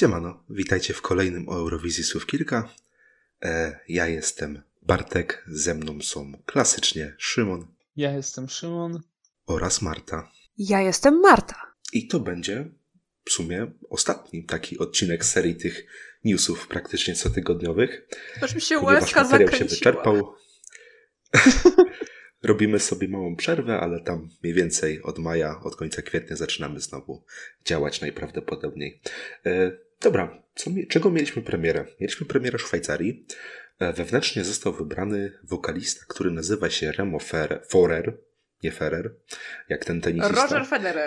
Siemano, witajcie w kolejnym o Eurowizji Słów Kilka. Ja jestem Bartek, ze mną są klasycznie Szymon. Ja jestem Szymon. Oraz Marta. Ja jestem Marta. I to będzie w sumie ostatni taki odcinek serii tych newsów praktycznie cotygodniowych. Aż mi się ponieważ łezka materiał zakręciła. się wyczerpał. Robimy sobie małą przerwę, ale tam mniej więcej od maja, od końca kwietnia zaczynamy znowu działać najprawdopodobniej. Dobra, czego mieliśmy premierę? Mieliśmy premierę Szwajcarii. Wewnętrznie został wybrany wokalista, który nazywa się Remo Forer, nie Ferrer, jak ten tenisista. Roger Federer.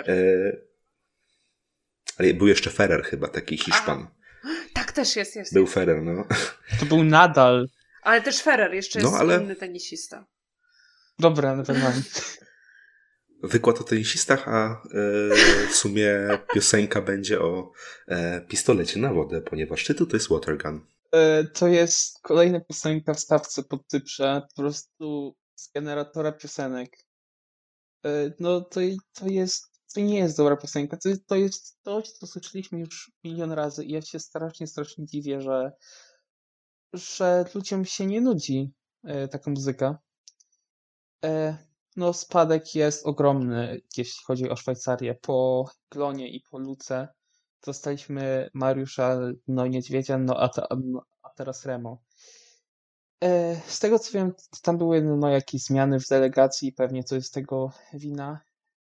Ale był jeszcze Ferrer chyba, taki Hiszpan. Tak też jest. Był Ferrer, no. To był Nadal. Ale też Ferrer jeszcze jest inny tenisista. Dobra, na pewno. Wykład o tenisistach, a w sumie piosenka będzie o pistolecie na wodę, ponieważ tytuł to jest Watergun. To jest kolejna piosenka w stawce pod typrze, po prostu z generatora piosenek. No to nie jest dobra piosenka, to jest coś, co słyszeliśmy już milion razy i ja się strasznie dziwię, że ludziom się nie nudzi taka muzyka. No spadek jest ogromny, jeśli chodzi o Szwajcarię. Po Glonie i po Luce dostaliśmy Mariusza, no Niedźwiedzia, a teraz Remo. Z tego co wiem, tam były jakieś zmiany w delegacji, pewnie to jest tego wina.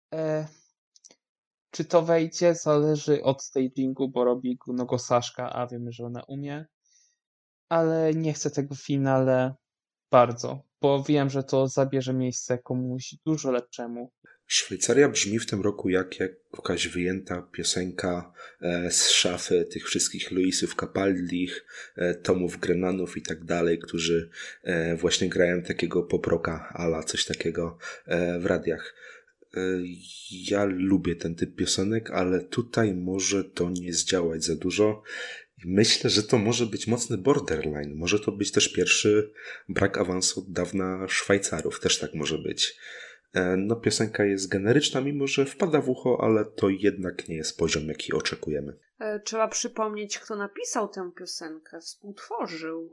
Czy to wejdzie? Zależy od stagingu, bo robi go Saszka, a wiemy, że ona umie. Ale nie chcę tego w finale bardzo, bo wiem, że to zabierze miejsce komuś dużo lepszemu. Szwajcaria brzmi w tym roku jak jakaś wyjęta piosenka z szafy tych wszystkich Luisów Capaldich, Tomów Grenanów i tak dalej, którzy właśnie grają takiego poproka ala coś takiego w radiach. Ja lubię ten typ piosenek, ale tutaj może to nie zdziałać za dużo. Myślę, że to może być mocny borderline. Może to być też pierwszy brak awansu od dawna Szwajcarów. Też tak może być. No piosenka jest generyczna, mimo że wpada w ucho, ale to jednak nie jest poziom, jaki oczekujemy. Trzeba przypomnieć, kto napisał tę piosenkę, współtworzył.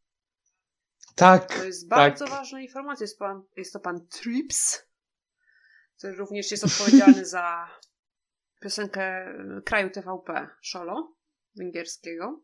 Tak. To jest bardzo ważna informacja. Jest to pan Trips, który również jest odpowiedzialny za piosenkę kraju TVP, Szolo, węgierskiego.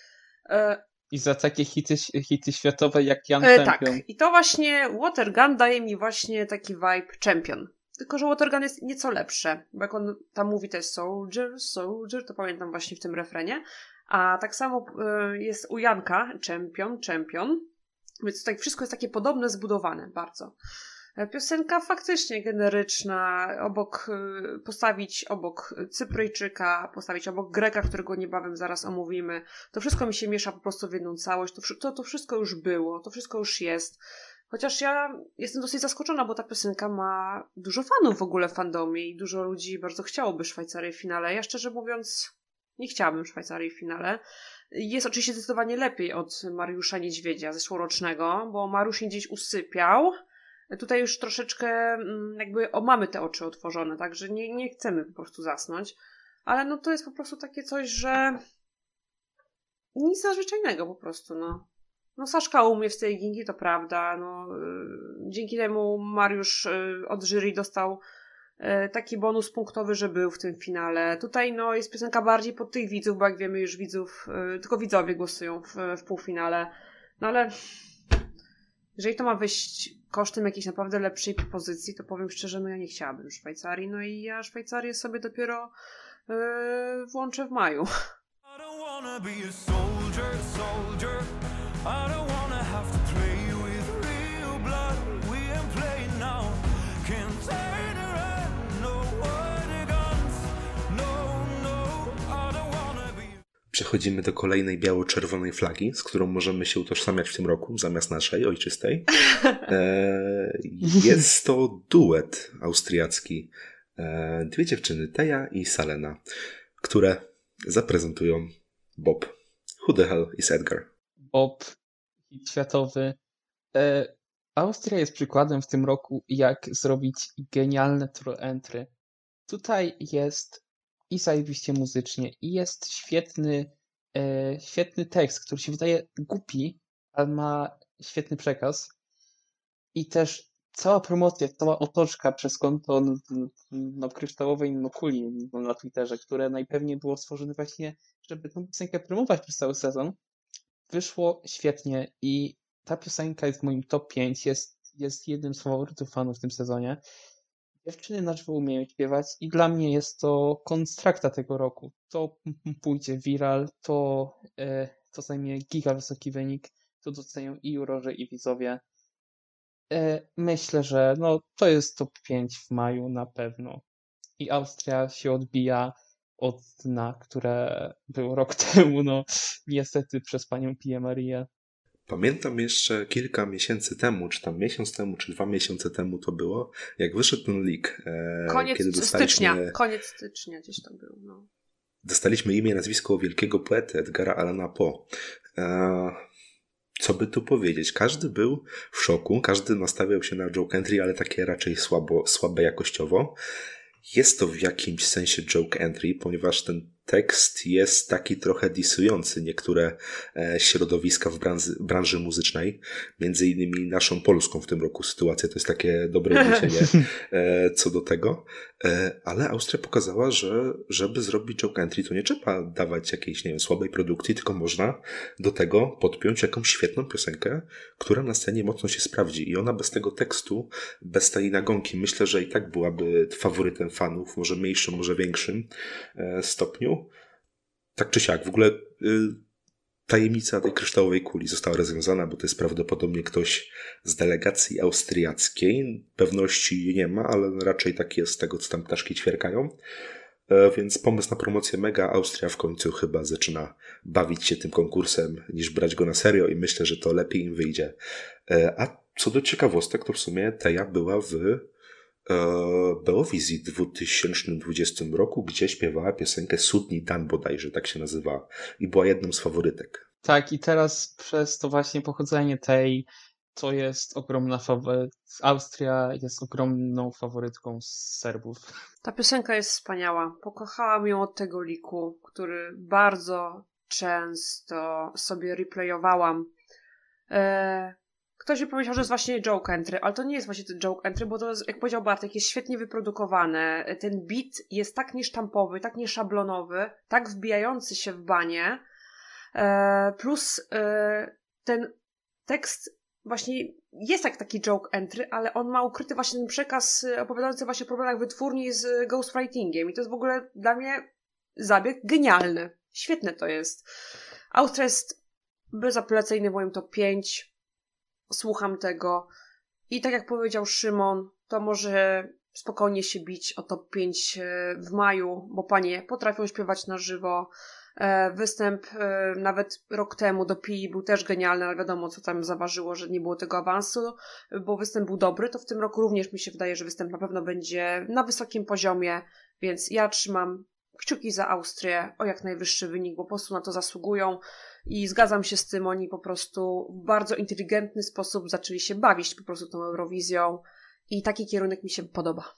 I za takie hity światowe jak Jan Tak, Champion. i to właśnie Watergun daje mi właśnie taki vibe Champion. Tylko że Watergun jest nieco lepsze, bo jak on tam mówi też soldier, to pamiętam właśnie w tym refrenie. A tak samo jest u Janka Champion. Więc tutaj wszystko jest takie podobne, zbudowane bardzo. Piosenka faktycznie generyczna, postawić obok Cypryjczyka, postawić obok Greka, którego niebawem zaraz omówimy. To wszystko mi się miesza po prostu w jedną całość. To wszystko już było, to wszystko już jest. Chociaż ja jestem dosyć zaskoczona, bo ta piosenka ma dużo fanów w ogóle w fandomie i dużo ludzi bardzo chciałoby Szwajcarię w finale. Ja szczerze mówiąc nie chciałabym Szwajcarii w finale. Jest oczywiście zdecydowanie lepiej od Mariusza Niedźwiedzia zeszłorocznego, bo Mariusz gdzieś usypiał. Tutaj już troszeczkę jakby mamy te oczy otworzone, także nie chcemy po prostu zasnąć. Ale no to jest po prostu takie coś, że nic nadzwyczajnego po prostu, no. No Saszka umie w stagingi, to prawda, no. Dzięki temu Mariusz od jury dostał taki bonus punktowy, że był w tym finale. Tutaj no jest piosenka bardziej pod tych widzów, bo jak wiemy już tylko widzowie głosują w półfinale. No ale jeżeli to ma wyjść kosztem jakiejś naprawdę lepszej pozycji, to powiem szczerze, no ja nie chciałabym Szwajcarii, no i ja Szwajcarię sobie dopiero włączę w maju. Przechodzimy do kolejnej biało-czerwonej flagi, z którą możemy się utożsamiać w tym roku, zamiast naszej, ojczystej. Jest to duet austriacki. Dwie dziewczyny, Teja i Salena, które zaprezentują Bob. Who the hell is Edgar? Bob, hit światowy. Austria jest przykładem w tym roku, jak zrobić genialne troll entry. Tutaj jest i zajebiście muzycznie, i jest świetny świetny tekst, który się wydaje głupi, ale ma świetny przekaz. I też cała promocja, cała otoczka przez konto kryształowej kuli na Twitterze, które najpewniej było stworzone właśnie, żeby tę piosenkę promować przez cały sezon, wyszło świetnie i ta piosenka jest w moim top 5, jest jednym z faworytów fanów w tym sezonie. Dziewczyny na żywo umieją śpiewać i dla mnie jest to konstrakta tego roku. To pójdzie viral, to zajmie giga wysoki wynik, to docenią i jurorzy, i widzowie. Myślę, że to jest top 5 w maju na pewno. I Austria się odbija od dna, które było rok temu, niestety przez panią Pię Marię. Pamiętam jeszcze kilka miesięcy temu, czy tam miesiąc temu, czy 2 miesiące temu to było, jak wyszedł ten leak. Koniec stycznia gdzieś tam był. Dostaliśmy imię, nazwisko wielkiego poety Edgara Allana Poe. Co by tu powiedzieć? Każdy był w szoku, każdy nastawiał się na joke entry, ale takie raczej słabe jakościowo. Jest to w jakimś sensie joke entry, ponieważ ten tekst jest taki trochę disujący niektóre środowiska w branży muzycznej, między innymi naszą polską w tym roku sytuację. To jest takie dobre odniesienie co do tego. Ale Austria pokazała, że żeby zrobić joke entry, to nie trzeba dawać jakiejś, słabej produkcji, tylko można do tego podpiąć jakąś świetną piosenkę, która na scenie mocno się sprawdzi. I ona bez tego tekstu, bez tej nagonki, myślę, że i tak byłaby faworytem fanów, może mniejszym, może większym stopniu. Tak czy siak, w ogóle tajemnica tej kryształowej kuli została rozwiązana, bo to jest prawdopodobnie ktoś z delegacji austriackiej. Pewności nie ma, ale raczej tak jest z tego, co tam ptaszki ćwierkają. Więc pomysł na promocję mega. Austria w końcu chyba zaczyna bawić się tym konkursem, niż brać go na serio i myślę, że to lepiej im wyjdzie. A co do ciekawostek, to w sumie Teja była w Beowizji w 2020 roku, gdzie śpiewała piosenkę Sudni Dan bodajże, tak się nazywa, i była jedną z faworytek. Tak, i teraz przez to właśnie pochodzenie tej, to jest ogromna Austria jest ogromną faworytką z Serbów. Ta piosenka jest wspaniała. Pokochałam ją od tego liku, który bardzo często sobie replayowałam. Ktoś mi powiedział, że jest właśnie joke entry, ale to nie jest właśnie ten joke entry, bo to jest, jak powiedział Bartek, jest świetnie wyprodukowane. Ten beat jest tak niesztampowy, tak nieszablonowy, tak wbijający się w banie. Plus ten tekst właśnie jest jak taki joke entry, ale on ma ukryty właśnie ten przekaz opowiadający właśnie o problemach wytwórni z ghostwritingiem. I to jest w ogóle dla mnie zabieg genialny. Świetne to jest. Austria jest bezapelacyjny w moim top 5. Słucham tego. I tak jak powiedział Szymon, to może spokojnie się bić o top 5 w maju, bo panie potrafią śpiewać na żywo. Występ nawet rok temu do Pii był też genialny, ale wiadomo, co tam zaważyło, że nie było tego awansu, bo występ był dobry, to w tym roku również mi się wydaje, że występ na pewno będzie na wysokim poziomie, więc ja trzymam kciuki za Austrię o jak najwyższy wynik, bo po prostu na to zasługują i zgadzam się z tym, oni po prostu w bardzo inteligentny sposób zaczęli się bawić po prostu tą Eurowizją i taki kierunek mi się podoba.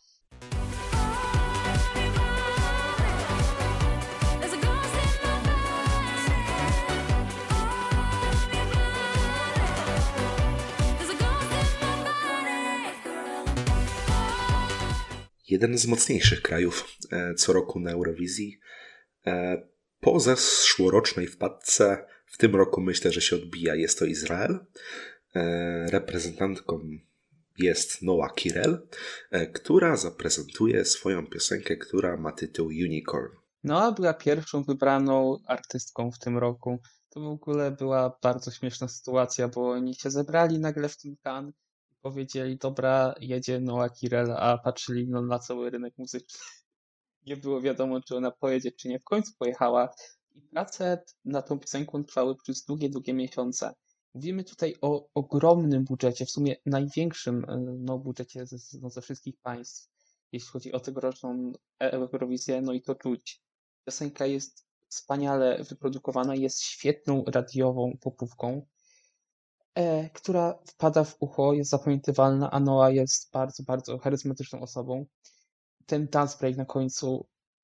Jeden z mocniejszych krajów co roku na Eurowizji. Po zeszłorocznej wpadce w tym roku myślę, że się odbija. Jest to Izrael. Reprezentantką jest Noa Kirel, która zaprezentuje swoją piosenkę, która ma tytuł Unicorn. Noa była pierwszą wybraną artystką w tym roku. To w ogóle była bardzo śmieszna sytuacja, bo oni się zebrali nagle w tym Cannes i powiedzieli, dobra, jedzie Noa Kirel, a patrzyli na cały rynek muzyczny. Nie było wiadomo, czy ona pojedzie, czy nie. W końcu pojechała i prace nad tą piosenką trwały przez długie miesiące. Mówimy tutaj o ogromnym budżecie, w sumie największym budżecie ze wszystkich państw, jeśli chodzi o tegoroczną Eurowizję, i to czuć. Piosenka jest wspaniale wyprodukowana, jest świetną radiową popówką, która wpada w ucho, jest zapamiętywalna, a Noa jest bardzo, bardzo charyzmatyczną osobą. Ten dance break na końcu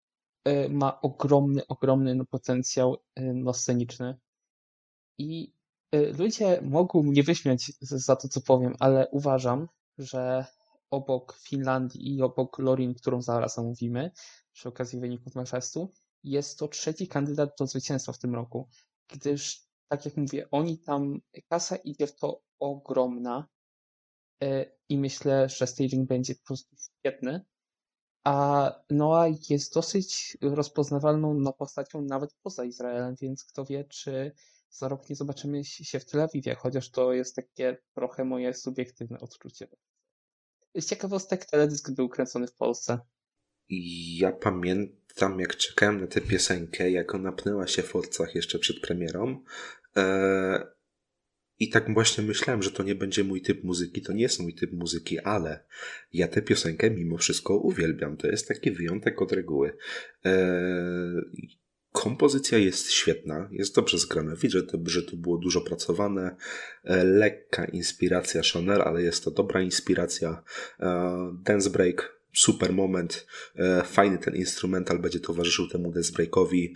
ma ogromny potencjał sceniczny. I ludzie mogą mnie wyśmiać za to, co powiem, ale uważam, że obok Finlandii i obok Lorin, którą zaraz omówimy przy okazji wyników Melfestu, jest to trzeci kandydat do zwycięstwa w tym roku, gdyż, tak jak mówię, kasa idzie w to ogromna i myślę, że staging będzie po prostu świetny, a Noah jest dosyć rozpoznawalną postacią nawet poza Izraelem, więc kto wie, czy za rok nie zobaczymy się w Tel Awiwie, chociaż to jest takie trochę moje subiektywne odczucie. Z ciekawostek, teledysk był kręcony w Polsce. I ja pamiętam, jak czekałem na tę piosenkę, jak ona pnęła się w Polsce jeszcze przed premierą. I tak właśnie myślałem, że to nie będzie mój typ muzyki, to nie jest mój typ muzyki, ale ja tę piosenkę mimo wszystko uwielbiam. To jest taki wyjątek od reguły. Kompozycja jest świetna, jest dobrze zgrana. Widzę, że tu było dużo pracowane. Lekka inspiracja Chanel, ale jest to dobra inspiracja. Dance break, super moment. Fajny ten instrumental będzie towarzyszył temu dance breakowi.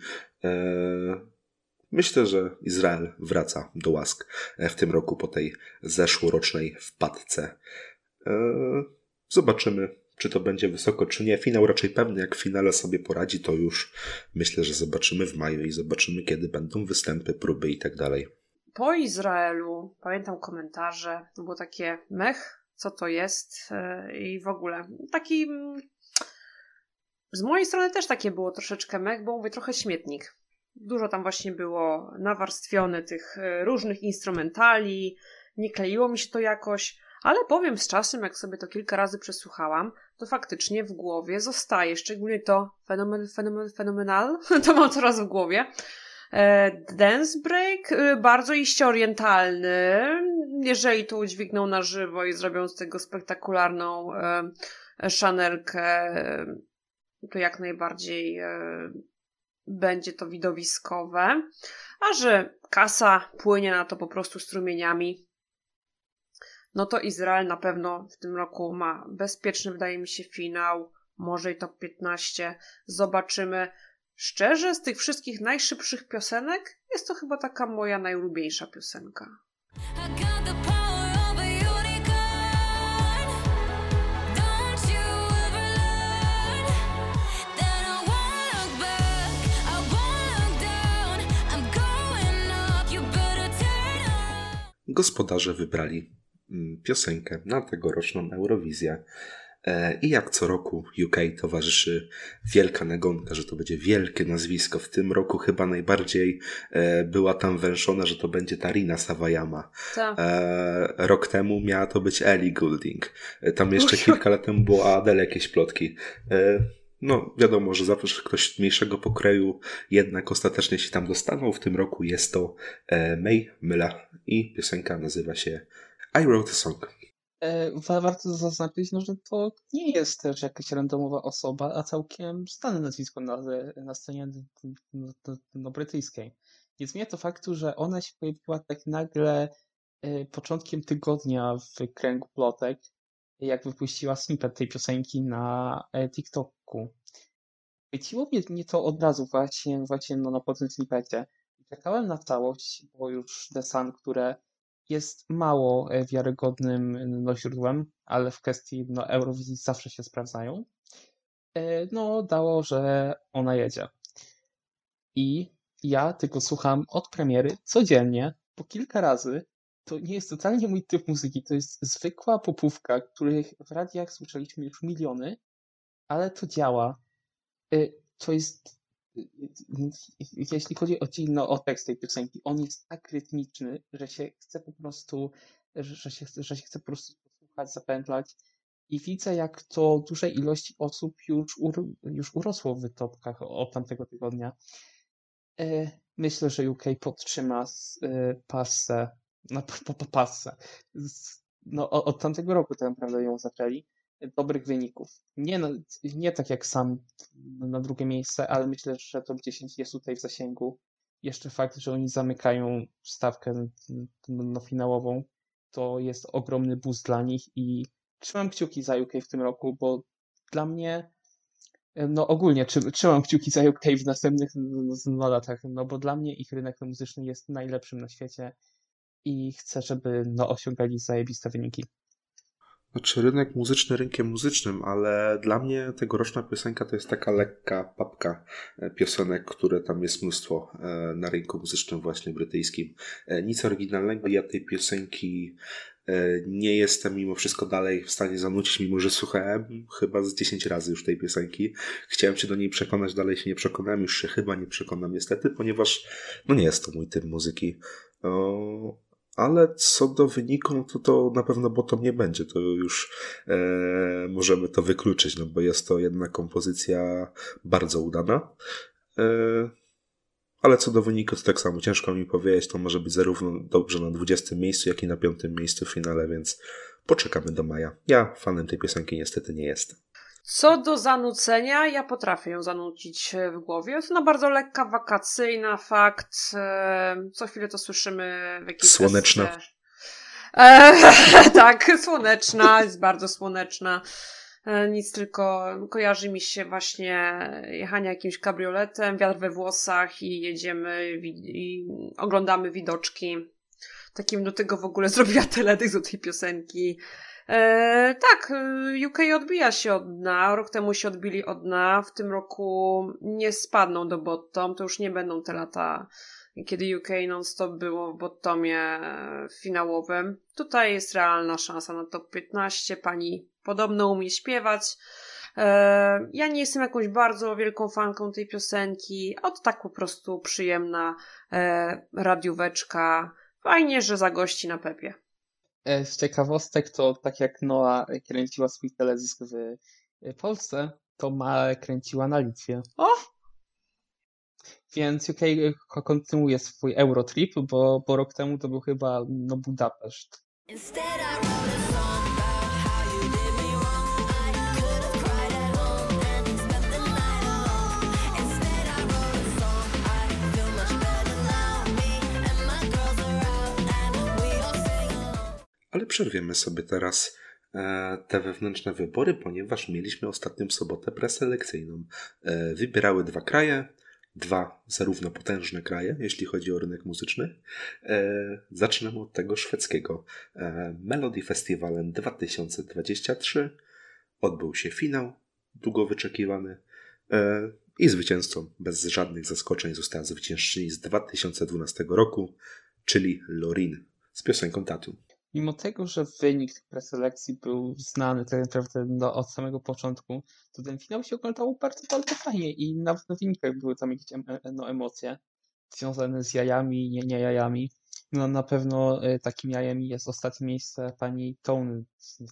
Myślę, że Izrael wraca do łask w tym roku po tej zeszłorocznej wpadce. Zobaczymy, czy to będzie wysoko, czy nie. Finał raczej pewny, jak w finale sobie poradzi, to już myślę, że zobaczymy w maju i zobaczymy, kiedy będą występy, próby i tak dalej. Po Izraelu, pamiętam komentarze, to było takie mech, co to jest i w ogóle taki z mojej strony też takie było troszeczkę mech, bo mówię trochę śmietnik. Dużo tam właśnie było nawarstwione tych różnych instrumentali, nie kleiło mi się to jakoś, ale powiem z czasem, jak sobie to kilka razy przesłuchałam, to faktycznie w głowie zostaje, szczególnie to fenomenal, to mam coraz w głowie. Dance break, bardzo iście orientalny, jeżeli to udźwigną na żywo i zrobią z tego spektakularną szanerkę, to jak najbardziej będzie to widowiskowe, a że kasa płynie na to po prostu strumieniami, no to Izrael na pewno w tym roku ma bezpieczny, wydaje mi się, finał, może i top 15. Zobaczymy. Szczerze, z tych wszystkich najszybszych piosenek jest to chyba taka moja najulubieńsza piosenka. Gospodarze wybrali piosenkę na tegoroczną Eurowizję. I jak co roku UK towarzyszy wielka nagonka, że to będzie wielkie nazwisko. W tym roku chyba najbardziej była tam węszona, że to będzie Tarina Sawayama. Rok temu miała to być Ellie Goulding. Tam jeszcze kilka lat temu było Adele jakieś plotki. No wiadomo, że zawsze ktoś mniejszego pokroju jednak ostatecznie się tam dostaną. W tym roku jest to May Myla i piosenka nazywa się I Wrote a Song. Warto zaznaczyć, że to nie jest też jakaś randomowa osoba, a całkiem znane nazwisko na scenie brytyjskiej. Nie zmienia to faktu, że ona się pojawiła tak nagle początkiem tygodnia w kręgu plotek, jak wypuściła snippet tej piosenki na TikToku. Chwyciło mnie to od razu właśnie po tym snippecie. Czekałem na całość, bo już The Sun, które jest mało wiarygodnym źródłem, ale w kwestii Eurowizji zawsze się sprawdzają, dało, że ona jedzie. I ja tylko słucham od premiery codziennie, po kilka razy. To nie jest totalnie mój typ muzyki, to jest zwykła popówka, których w radiach słyszeliśmy już miliony, ale to działa. To jest, jeśli chodzi o tekst tej piosenki, on jest tak rytmiczny, że się chce po prostu, że się chce po prostu posłuchać, zapętlać i widzę, jak to dużej ilości osób już urosło w wytopkach od tamtego tygodnia. Myślę, że UK podtrzyma passę, od tamtego roku tak naprawdę ją zaczęli, dobrych wyników. Nie tak jak sam na drugie miejsce, ale myślę, że top 10 jest tutaj w zasięgu. Jeszcze fakt, że oni zamykają stawkę finałową, to jest ogromny boost dla nich i trzymam kciuki za UK w tym roku, bo dla mnie No ogólnie trzymam kciuki za UK w następnych latach, no bo dla mnie ich rynek muzyczny jest najlepszym na świecie i chcę, żeby osiągali zajebiste wyniki. Znaczy rynek muzyczny rynkiem muzycznym, ale dla mnie tegoroczna piosenka to jest taka lekka papka piosenek, które tam jest mnóstwo na rynku muzycznym właśnie brytyjskim. Nic oryginalnego, ja tej piosenki nie jestem mimo wszystko dalej w stanie zanucić, mimo że słuchałem chyba z 10 razy już tej piosenki. Chciałem się do niej przekonać, dalej się nie przekonałem, już się chyba nie przekonam niestety, ponieważ nie jest to mój typ muzyki. Ale co do wyniku, to na pewno bottom nie będzie. To już możemy to wykluczyć, no bo jest to jednak kompozycja bardzo udana. Ale co do wyniku, to tak samo ciężko mi powiedzieć. To może być zarówno dobrze na 20 miejscu, jak i na 5 miejscu w finale, więc poczekamy do maja. Ja fanem tej piosenki niestety nie jestem. Co do zanucenia, ja potrafię ją zanucić w głowie. Jest ona bardzo lekka, wakacyjna, fakt. Co chwilę to słyszymy w jakiejś Słoneczna. Tak, słoneczna, jest bardzo słoneczna. Nic, tylko kojarzy mi się właśnie jechanie jakimś kabrioletem, wiatr we włosach i jedziemy i oglądamy widoczki. Takim do tego w ogóle zrobiła teledysk do tej piosenki. Tak, UK odbija się od dna, rok temu się odbili od dna, w tym roku nie spadną do bottom, to już nie będą te lata, kiedy UK non-stop było w bottomie finałowym. Tutaj jest realna szansa na top 15, pani podobno umie śpiewać. Ja nie jestem jakąś bardzo wielką fanką tej piosenki, a to tak po prostu przyjemna radióweczka. Fajnie, że zagości na Pepie. Z ciekawostek to tak jak Noa kręciła swój teledysk w Polsce, to Ma kręciła na Litwie. O! Więc UK kontynuuje swój Eurotrip, bo rok temu to był chyba Budapeszt. Ale przerwiemy sobie teraz te wewnętrzne wybory, ponieważ mieliśmy ostatnią sobotę preselekcyjną. Wybierały 2 kraje, 2 zarówno potężne kraje, jeśli chodzi o rynek muzyczny. Zaczynamy od tego szwedzkiego. Melody Festivalen 2023. Odbył się finał, długo wyczekiwany. I zwycięzcą, bez żadnych zaskoczeń, została zwyciężczyni z 2012 roku, czyli Loreen z piosenką Tattoo. Mimo tego, że wynik tych preselekcji był znany tak naprawdę od samego początku, to ten finał się oglądał bardzo, bardzo fajnie i nawet na wynikach były tam jakieś emocje związane z jajami, nie jajami. No na pewno takim jajem jest ostatnie miejsce pani Tone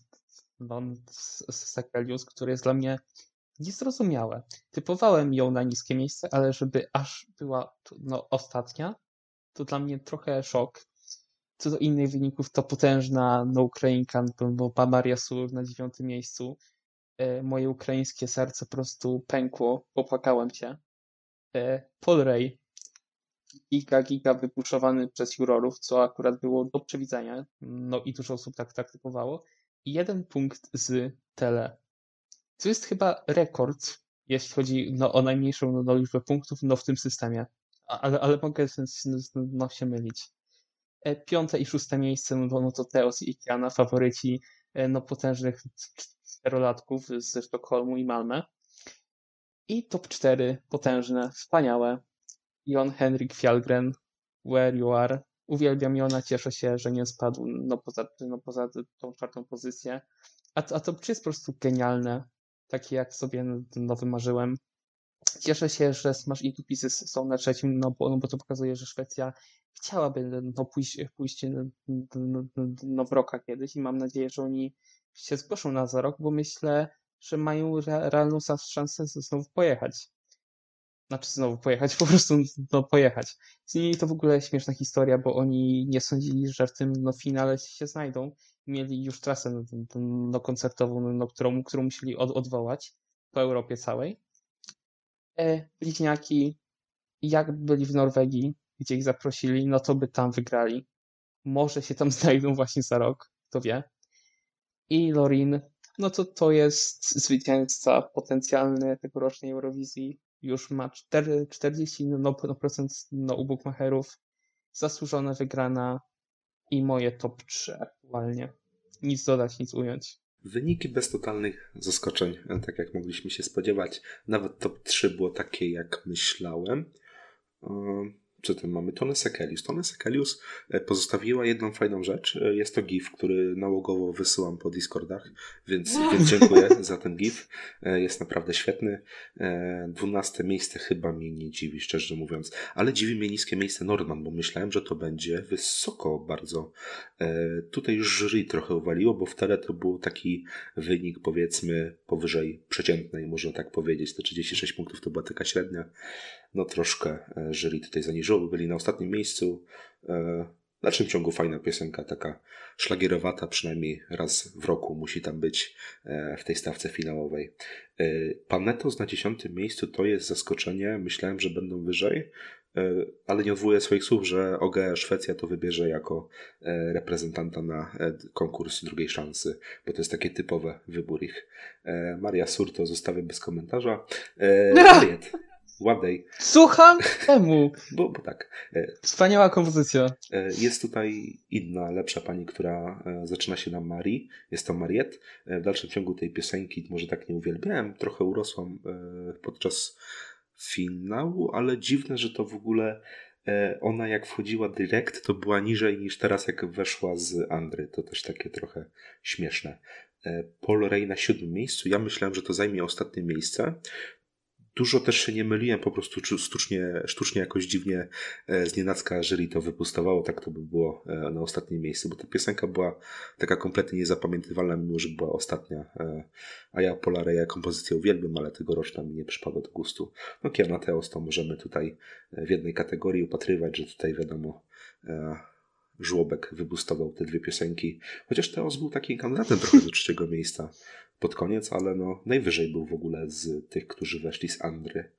z Sekelius, które jest dla mnie niezrozumiałe. Typowałem ją na niskie miejsce, ale żeby aż była ostatnia, to dla mnie trochę szok. Co do innych wyników, to potężna Ukrainka, bo Maria Sur na 9. miejscu. Moje ukraińskie serce po prostu pękło, popłakałem cię. Paul Ray, giga wypuszczowany przez jurorów, co akurat było do przewidzenia. No i dużo osób tak typowało. I 1 punkt z tele. To jest chyba rekord, jeśli chodzi o najmniejszą liczbę punktów w tym systemie. Ale mogę się mylić. 5. i 6. miejsce, to Teos i Kiana, faworyci potężnych 4-latków ze Sztokholmu i Malmö. I top 4 potężne, wspaniałe. Jon Henrik Fjällgren, Where You Are. Uwielbiam Jona, cieszę się, że nie spadł poza tą 4. pozycję. A top 3 jest po prostu genialne, takie jak sobie wymarzyłem. Cieszę się, że Smash i Two Pieces są na 3, bo to pokazuje, że Szwecja chciałaby pójść w roka kiedyś i mam nadzieję, że oni się zgłoszą na za rok, bo myślę, że mają realną szansę znowu pojechać. Znaczy znowu pojechać, po prostu pojechać. Z nimi to w ogóle śmieszna historia, bo oni nie sądzili, że w tym finale się znajdą. Mieli już trasę koncertową, którą musieli odwołać po Europie całej. Bliźniaki, jak byli w Norwegii, gdzie ich zaprosili, to by tam wygrali. Może się tam znajdą właśnie za rok, kto wie. I Loreen, no to jest zwycięzca potencjalny tegorocznej Eurowizji. Już ma 40% u bookmacherów. Zasłużona wygrana i moje top 3 aktualnie. Nic dodać, nic ująć. Wyniki bez totalnych zaskoczeń, tak jak mogliśmy się spodziewać. Nawet top 3 było takie, jak myślałem. Co tam mamy? Tone Sekelius. Tone Sekelius pozostawiła jedną fajną rzecz. Jest to GIF, który nałogowo wysyłam po Discordach, więc dziękuję za ten GIF. Jest naprawdę świetny. 12 miejsce chyba mnie nie dziwi, szczerze mówiąc. Ale dziwi mnie niskie miejsce Nordman, bo myślałem, że to będzie wysoko bardzo. Tutaj już jury trochę uwaliło, bo wtedy to był taki wynik, powiedzmy, powyżej przeciętnej, można tak powiedzieć. Te 36 punktów to była taka średnia. No troszkę jury tutaj zaniżyło, bo byli na ostatnim miejscu. W dalszym ciągu fajna piosenka, taka szlagierowata, przynajmniej raz w roku musi tam być w tej stawce finałowej. Panetos na 10. miejscu to jest zaskoczenie. Myślałem, że będą wyżej, ale nie odwołuję swoich słów, że OGE Szwecja to wybierze jako reprezentanta na konkurs drugiej szansy, bo to jest takie typowe wybór ich. Maria Sur to zostawię bez komentarza. Mariet. One Day. Słucham temu. Bo tak. Wspaniała kompozycja. Jest tutaj inna, lepsza pani, która zaczyna się na Marii. Jest to Mariette. W dalszym ciągu tej piosenki może tak nie uwielbiałem. Trochę urosłam podczas finału, ale dziwne, że to w ogóle ona jak wchodziła direct, to była niżej niż teraz jak weszła z Andry. To też takie trochę śmieszne. Paul Ray na 7. miejscu. Ja myślałem, że to zajmie ostatnie miejsce. Dużo też się nie myliłem, po prostu sztucznie jakoś dziwnie znienacka jury to wypustowało, tak to by było na ostatnim miejscu, bo ta piosenka była taka kompletnie niezapamiętywalna, mimo że była ostatnia, a ja Paula Raya kompozycję uwielbiam, ale tegoroczna mi nie przypadła do gustu. No Kiana Teos to możemy tutaj w jednej kategorii upatrywać, że tutaj wiadomo żłobek wybustował te dwie piosenki, chociaż Teos był takim kandydatem trochę do 3. miejsca pod koniec, ale no najwyżej był w ogóle z tych, którzy weszli z Andry.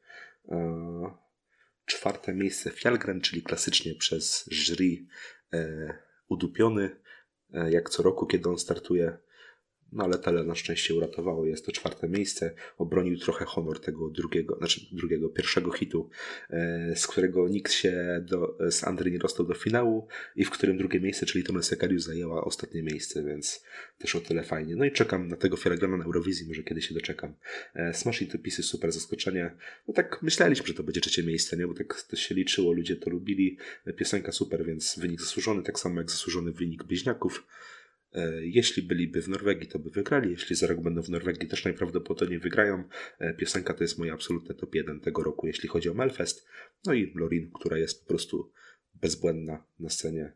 4. miejsce Fjallgren, czyli klasycznie przez jury udupiony, jak co roku, kiedy on startuje. No ale Tele na szczęście uratowało. Jest to 4. miejsce. Obronił trochę honor tego pierwszego hitu, z którego nikt się z Andry nie dostał do finału i w którym drugie miejsce, czyli Tone Sekelius zajęła ostatnie miejsce, więc też o tyle fajnie. No i czekam na tego Fjallgrena na Eurowizji, może kiedyś się doczekam. Smash It Pisy, super zaskoczenie. No tak myśleliśmy, że to będzie 3. miejsce, nie? Bo tak to się liczyło, ludzie to lubili. Piosenka super, więc wynik zasłużony, tak samo jak zasłużony wynik bliźniaków. Jeśli byliby w Norwegii, to by wygrali. Jeśli za rok będą w Norwegii, też najprawdopodobniej wygrają. Piosenka to jest moja absolutne top 1 tego roku, jeśli chodzi o Melfest. No i Loreen, która jest po prostu bezbłędna na scenie.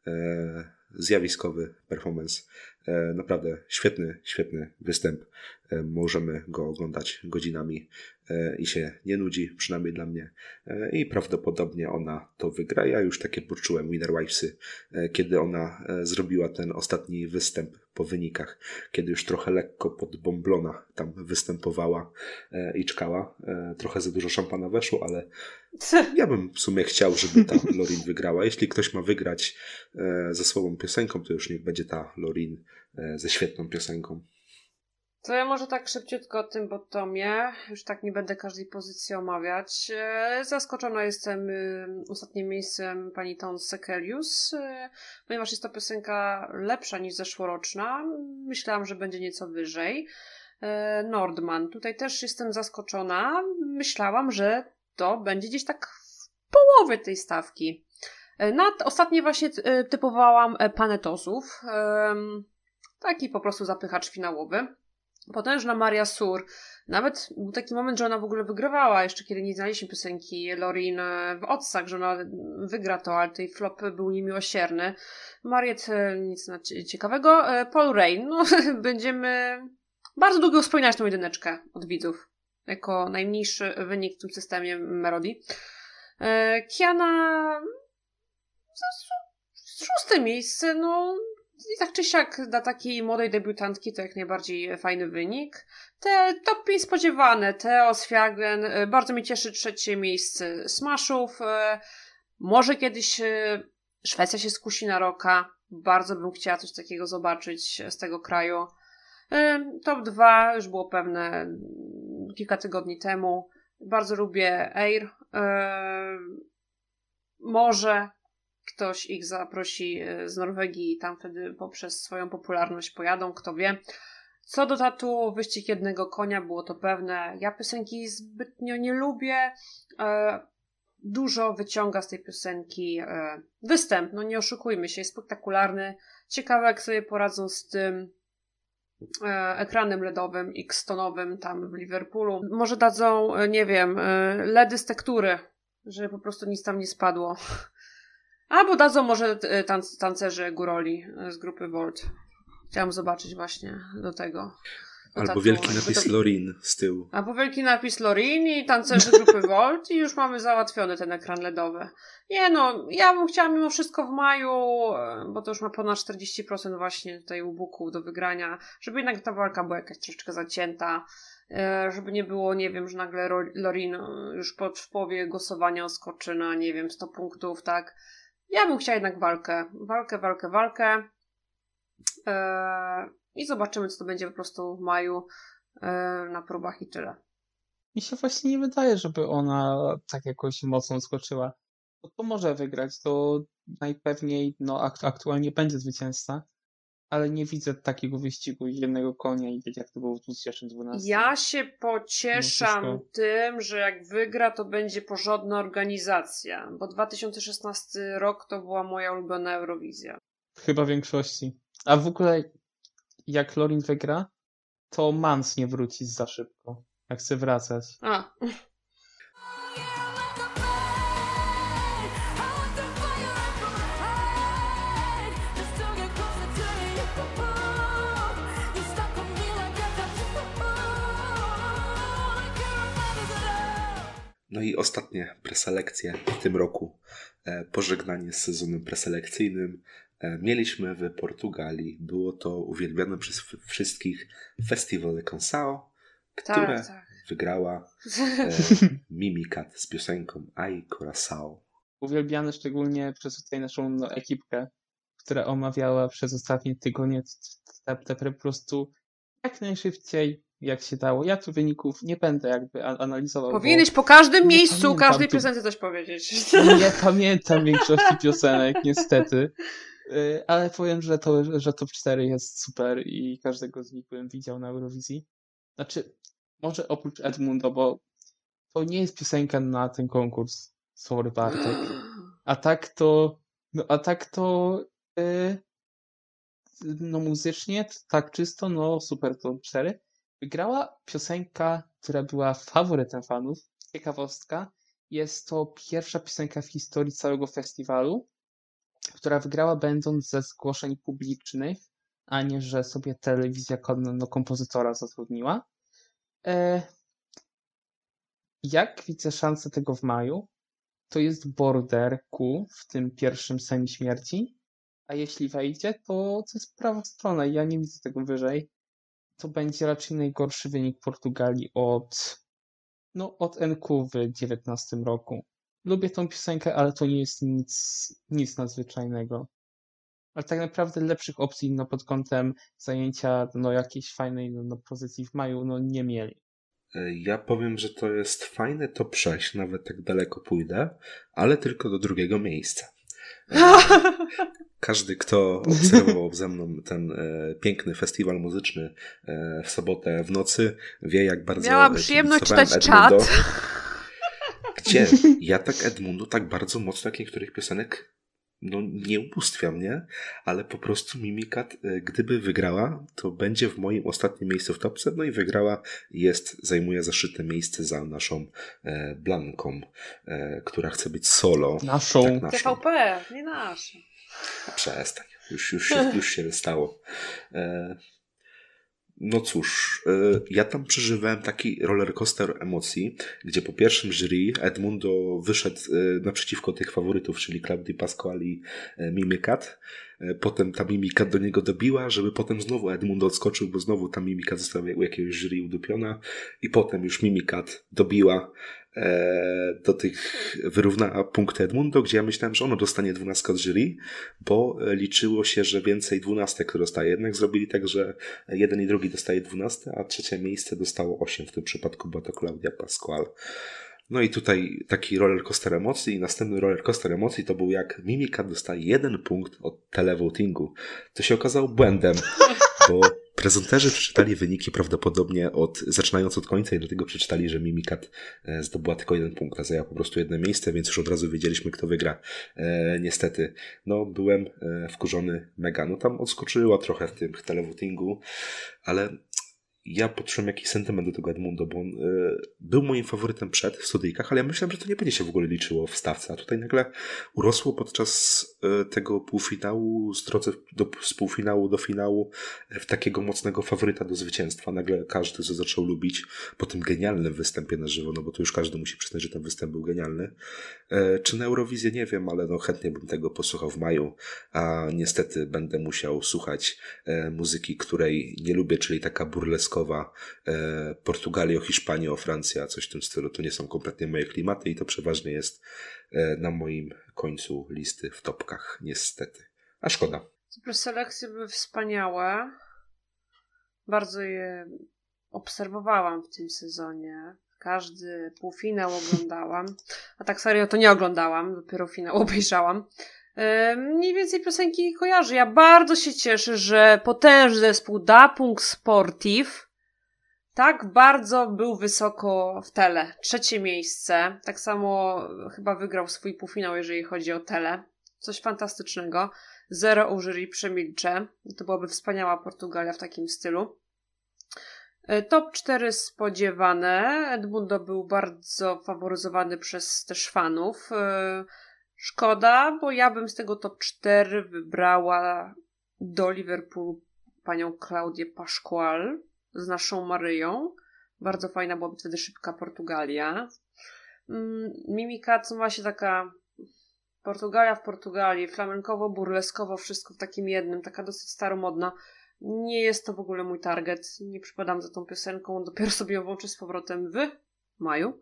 Zjawiskowy performance. Naprawdę świetny występ. Możemy go oglądać godzinami i się nie nudzi, przynajmniej dla mnie. I prawdopodobnie ona to wygra. Ja już takie poczułem Winner Wivesy, kiedy ona zrobiła ten ostatni występ po wynikach, kiedy już trochę lekko podbomblona tam występowała i czkała. Trochę za dużo szampana weszło, ale ja bym w sumie chciał, żeby ta Loreen wygrała. Jeśli ktoś ma wygrać ze słabą piosenką, to już niech będzie ta Loreen ze świetną piosenką. To ja może tak szybciutko o tym bottomie. Już tak nie będę każdej pozycji omawiać. Zaskoczona jestem ostatnim miejscem pani Tone Sekelius, ponieważ jest to piosenka lepsza niż zeszłoroczna. Myślałam, że będzie nieco wyżej. Nordman. Tutaj też jestem zaskoczona. Myślałam, że to będzie gdzieś tak w połowie tej stawki. Ostatnio właśnie typowałam Panetosów. Taki po prostu zapychacz finałowy. Potężna Maria Sur. Nawet był taki moment, że ona w ogóle wygrywała, jeszcze kiedy nie znaliśmy piosenki Loreen w odsach, że ona wygra to, ale tej flop był niemiłosierny. Mariet nic ciekawego. Paul Ray. No, będziemy bardzo długo wspominać tą jedyneczkę od widzów. Jako najmniejszy wynik w tym systemie melodii. Kiana 6. miejsce, no i tak czy siak dla takiej młodej debiutantki to jak najbardziej fajny wynik. Te top 5 spodziewane, Teos, Fjallgren, bardzo mnie cieszy 3. miejsce Smashów. Może kiedyś Szwecja się skusi na rocka. Bardzo bym chciała coś takiego zobaczyć z tego kraju. Top 2 już było pewne kilka tygodni temu. Bardzo lubię Air. Może ktoś ich zaprosi z Norwegii i tam wtedy poprzez swoją popularność pojadą, kto wie. Co do Tatu, wyścig jednego konia, było to pewne. Ja piosenki zbytnio nie lubię. Dużo wyciąga z tej piosenki występ. No nie oszukujmy się, jest spektakularny. Ciekawe, jak sobie poradzą z tym ekranem LEDowym, X-tonowym tam w Liverpoolu. Może dadzą, nie wiem, LEDy z tektury, żeby po prostu nic tam nie spadło. Albo dadzą może tancerzy góroli z grupy Volt. Chciałam zobaczyć właśnie do tego. Albo wielki napis Lorin z tyłu. Albo wielki napis Lorin i tancerzy grupy Volt i już mamy załatwiony ten ekran LEDowy. Nie no, ja bym chciała mimo wszystko w maju, bo to już ma ponad 40% właśnie tutaj u-booków do wygrania, żeby jednak ta walka była jakaś troszeczkę zacięta, żeby nie było, nie wiem, że nagle Lorin już w połowie głosowania skoczy na, nie wiem, 100 punktów, tak. Ja bym chciała jednak walkę. I zobaczymy, co to będzie po prostu w maju na próbach i tyle. Mi się właśnie nie wydaje, żeby ona tak jakoś mocno skoczyła. To może wygrać, to najpewniej aktualnie będzie zwycięzca, ale nie widzę takiego wyścigu jednego konia i jak to było w 2012. Ja się pocieszam tym, że jak wygra, to będzie porządna organizacja, bo 2016 rok to była moja ulubiona Eurowizja. Chyba większości. A w ogóle jak Lorin wygra, to Mans nie wróci za szybko. Jak chce wracać. No i ostatnie preselekcje w tym roku. Pożegnanie z sezonem preselekcyjnym. Mieliśmy w Portugalii. Było to uwielbiane przez wszystkich Festival de Canção, które wygrała Mimikat z piosenką Ai Coração. Uwielbiane szczególnie przez tutaj naszą ekipkę, która omawiała przez ostatnie tygodnie te po prostu jak najszybciej, jak się dało. Ja tu wyników nie będę jakby analizował. Powinieneś po każdym miejscu, każdej piosence coś powiedzieć. Nie pamiętam większości piosenek, niestety. Ale powiem, że top 4 jest super i każdego z nich bym widział na Eurowizji. Znaczy, może oprócz Edmundo, bo to nie jest piosenka na ten konkurs. Sorry, Bartek. A tak to no muzycznie, tak czysto, no super top 4. Wygrała piosenka, która była faworytem fanów. Ciekawostka. Jest to pierwsza piosenka w historii całego festiwalu, która wygrała będąc ze zgłoszeń publicznych, a nie, że sobie telewizja kompozytora zatrudniła. Jak widzę szansę tego w maju, to jest Border Q w tym pierwszym semi-śmierci, a jeśli wejdzie, to jest prawa strona i ja nie widzę tego wyżej. To będzie raczej najgorszy wynik Portugalii od NQ w 2019 roku. Lubię tą piosenkę, ale to nie jest nic nadzwyczajnego. Ale tak naprawdę lepszych opcji pod kątem zajęcia jakiejś fajnej pozycji w maju nie mieli. Ja powiem, że to jest fajne top 6, nawet tak daleko pójdę, ale tylko do drugiego miejsca. Każdy, kto obserwował ze mną ten piękny festiwal muzyczny w sobotę w nocy, wie, jak bardzo miałam przyjemność czytać Edmundo, czat. Gdzie ja tak Edmundo tak bardzo mocno jak niektórych piosenek nie ubóstwiam, nie? Ale po prostu Mimikat, gdyby wygrała, to będzie w moim ostatnim miejscu w topce, no i wygrała, zajmuje zaszczytne miejsce za naszą Blanką, która chce być solo. Naszą. Tak, naszą. TVP, nie naszą. Przestań, już się stało. No cóż, ja tam przeżywałem taki rollercoaster emocji, gdzie po pierwszym jury Edmundo wyszedł naprzeciwko tych faworytów, czyli Claudii Pasquale i Mimikat. potem ta Mimikat do niego dobiła, żeby potem znowu Edmund odskoczył, bo znowu ta Mimikat została u jakiegoś jury udupiona i potem już Mimikat dobiła wyrównała punkty Edmundo, gdzie ja myślałem, że ono dostanie 12 od jury, bo liczyło się, że więcej 12 kto dostaje. Jednak zrobili tak, że jeden i drugi dostaje 12, a trzecie miejsce dostało 8. W tym przypadku była to Claudia Pascual. No i tutaj taki rollercoaster emocji i następny rollercoaster emocji to był jak Mimikat dostaje 1 punkt od televotingu. To się okazało błędem, bo prezenterzy przeczytali wyniki prawdopodobnie zaczynając od końca i dlatego przeczytali, że Mimikat zdobyła tylko 1 punkt, a zajęła po prostu 1 miejsce, więc już od razu wiedzieliśmy, kto wygra. Niestety, no byłem wkurzony mega. No tam odskoczyła trochę w tym televotingu, ale ja poczułem jakiś sentyment do tego Edmundo, bo on był moim faworytem przed w studyjkach, ale ja myślałem, że to nie będzie się w ogóle liczyło w stawce, a tutaj nagle urosło podczas tego półfinału, z półfinału do finału w takiego mocnego faworyta do zwycięstwa. Nagle każdy zaczął lubić po tym genialnym występie na żywo, no bo to już każdy musi przyznać, że ten występ był genialny. Czy na Eurowizję nie wiem, ale no chętnie bym tego posłuchał w maju, a niestety będę musiał słuchać muzyki, której nie lubię, czyli taka burleskowa Portugalii, o Hiszpanii, o Francji, a coś w tym stylu. To nie są kompletnie moje klimaty i to przeważnie jest na moim końcu listy w topkach, niestety. A szkoda. Preselekcje były wspaniałe. Bardzo je obserwowałam w tym sezonie. Każdy półfinał oglądałam. A tak serio to nie oglądałam, dopiero finał obejrzałam. Mniej więcej piosenki kojarzę. Ja bardzo się cieszę, że potężny zespół Da Punk Sportiv tak bardzo był wysoko w tele. 3. miejsce. Tak samo chyba wygrał swój półfinał, jeżeli chodzi o tele. Coś fantastycznego. 0 u jury przemilczę. To byłaby wspaniała Portugalia w takim stylu. Top 4 spodziewane. Edmundo był bardzo faworyzowany przez też fanów. Szkoda, bo ja bym z tego top 4 wybrała do Liverpoolu panią Claudię Pascual z naszą Maryją. Bardzo fajna byłaby wtedy szybka Portugalia. Mimikat właśnie taka Portugalia w Portugalii, flamenkowo, burleskowo, wszystko w takim jednym, taka dosyć staromodna. Nie jest to w ogóle mój target. Nie przypadam za tą piosenką, dopiero sobie ją włączę z powrotem w maju.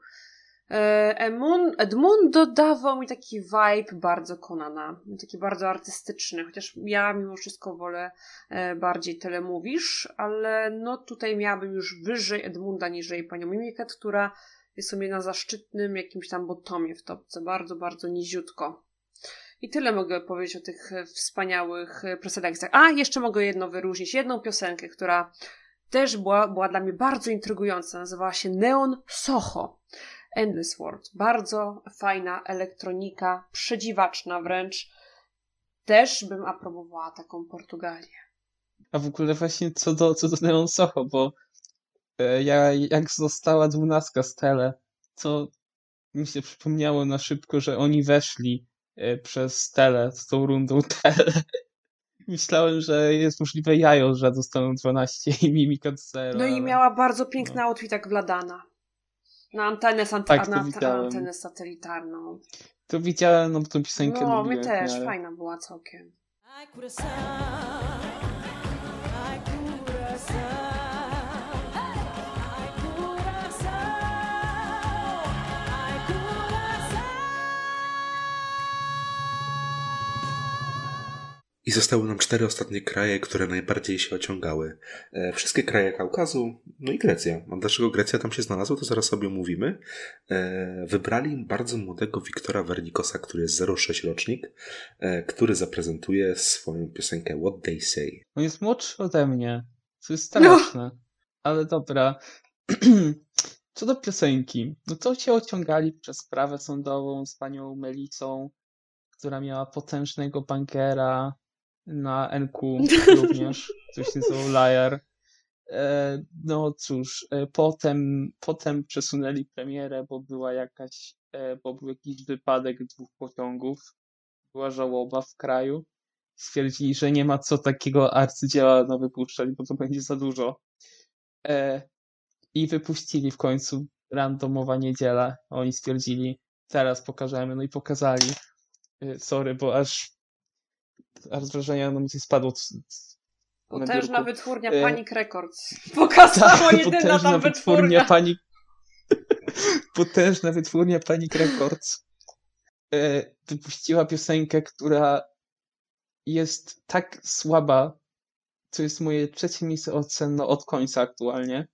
Edmundo dawał mi taki vibe bardzo Conana, taki bardzo artystyczny, chociaż ja mimo wszystko wolę bardziej telemówisz, ale no tutaj miałabym już wyżej Edmunda niżej panią Mimikat, która jest sobie na zaszczytnym jakimś tam bottomie w topce, bardzo, bardzo niziutko. I tyle mogę powiedzieć o tych wspaniałych preselekcjach. A, jeszcze mogę jedno wyróżnić, jedną piosenkę, która też była dla mnie bardzo intrygująca, nazywała się Neon Soho. Endless World. Bardzo fajna elektronika, przedziwaczna wręcz. Też bym aprobowała taką Portugalię. A w ogóle właśnie co do Neon Soho, bo jak została 12 z tele, to mi się przypomniało na szybko, że oni weszli przez tele, z tą rundą tele. Myślałem, że jest możliwe jajo, że dostaną 12 i Mimikat 0. No i miała bardzo piękny outfit jak Vladana. Na antenę, antenę satelitarną. To widziałem, no bo tą piosenkę no, lubiłem. My też, fajna była całkiem. I zostały nam 4 ostatnie kraje, które najbardziej się ociągały. Wszystkie kraje Kaukazu, no i Grecja. A dlaczego Grecja tam się znalazła, to zaraz sobie omówimy. Wybrali bardzo młodego Wiktora Vernikosa, który jest 06 rocznik, który zaprezentuje swoją piosenkę What They Say. On jest młodszy ode mnie, co jest straszne. Ale dobra. Co do piosenki, no to się ociągali przez sprawę sądową z panią Melicą, która miała potężnego bankera na NQ również, coś się nazywało Liar. No cóż, potem przesunęli premierę, bo był jakiś wypadek 2 pociągów, była żałoba w kraju. Stwierdzili, że nie ma co takiego arcydzieła wypuszczać, bo to będzie za dużo. I wypuścili w końcu randomowa niedziela. Oni stwierdzili, teraz pokażemy, no i pokazali. Sorry, bo aż aż z wrażenia mi coś spadło na Potężna biurku. wytwórnia Panic Records. Pokazała jedyna tam wytwórnia. Potężna wytwórnia Panic Records wypuściła piosenkę, która jest tak słaba, to jest moje trzecie miejsce ocen od końca aktualnie.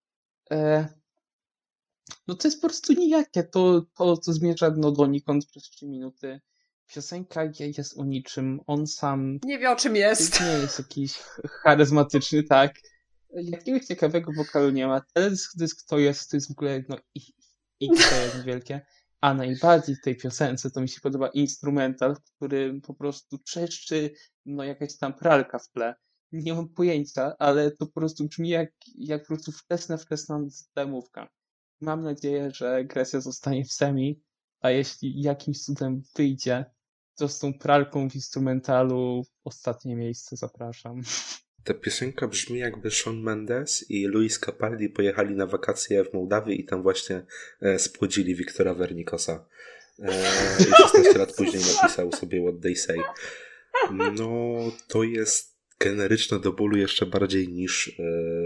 No to jest po prostu nijakie. To zmierza donikąd przez 3 minuty. Piosenka jest o niczym. On sam Nie wie, o czym jest. nie jest jakiś charyzmatyczny, tak. Jakiegoś ciekawego wokalu nie ma. Teledysk to jest w ogóle i to jest wielkie. A najbardziej w tej piosence to mi się podoba instrumental, w którym po prostu trzeszczy jakaś tam pralka w tle. Nie mam pojęcia, ale to po prostu brzmi jak po prostu wczesna demówka. Mam nadzieję, że Grecja zostanie w semi, a jeśli jakimś cudem wyjdzie, to z tą pralką w instrumentalu w ostatnie miejsce zapraszam. Ta piosenka brzmi, jakby Shawn Mendes i Luis Capaldi pojechali na wakacje w Mołdawii i tam właśnie spłodzili Wiktora Wernikosa. I 16 lat później napisał sobie What They Say. No, to jest generyczne do bólu jeszcze bardziej niż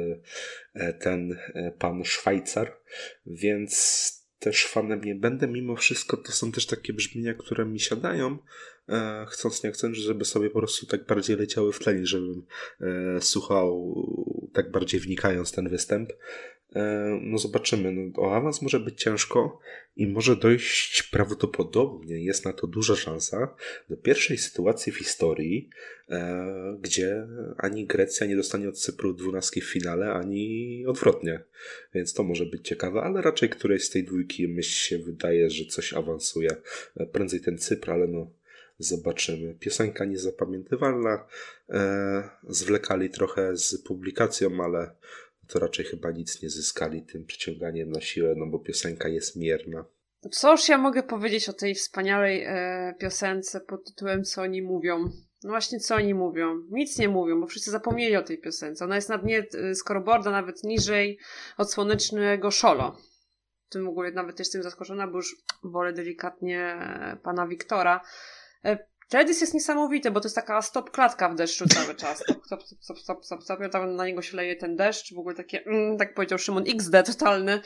ten pan Szwajcar, więc też fanem nie będę. Mimo wszystko to są też takie brzmienia, które mi siadają, chcąc nie chcąc, żeby sobie po prostu tak bardziej leciały w tle, żebym słuchał tak bardziej wnikając w ten występ. No zobaczymy. No, o awans może być ciężko i może dojść prawdopodobnie, jest na to duża szansa, do pierwszej sytuacji w historii, gdzie ani Grecja nie dostanie od Cypru 12 w finale, ani odwrotnie. Więc to może być ciekawe, ale raczej którejś z tej dwójki mi się wydaje, że coś awansuje. Prędzej ten Cypr, ale no zobaczymy. Piosenka niezapamiętywalna. Zwlekali trochę z publikacją, ale to raczej chyba nic nie zyskali tym przyciąganiem na siłę, no bo piosenka jest mierna. Cóż ja mogę powiedzieć o tej wspaniałej piosence pod tytułem Co oni mówią? No właśnie, co oni mówią? Nic nie mówią, bo wszyscy zapomnieli o tej piosence. Ona jest na dnie scoreboarda, nawet niżej od Słonecznego Szolo. W tym w ogóle nawet jestem zaskoczona, bo już wolę delikatnie pana Wiktora. Teledysk jest niesamowity, bo to jest taka stop-klatka w deszczu cały czas. Stop. Ja tam na niego się leje ten deszcz. W ogóle takie, tak powiedział Szymon, XD totalny.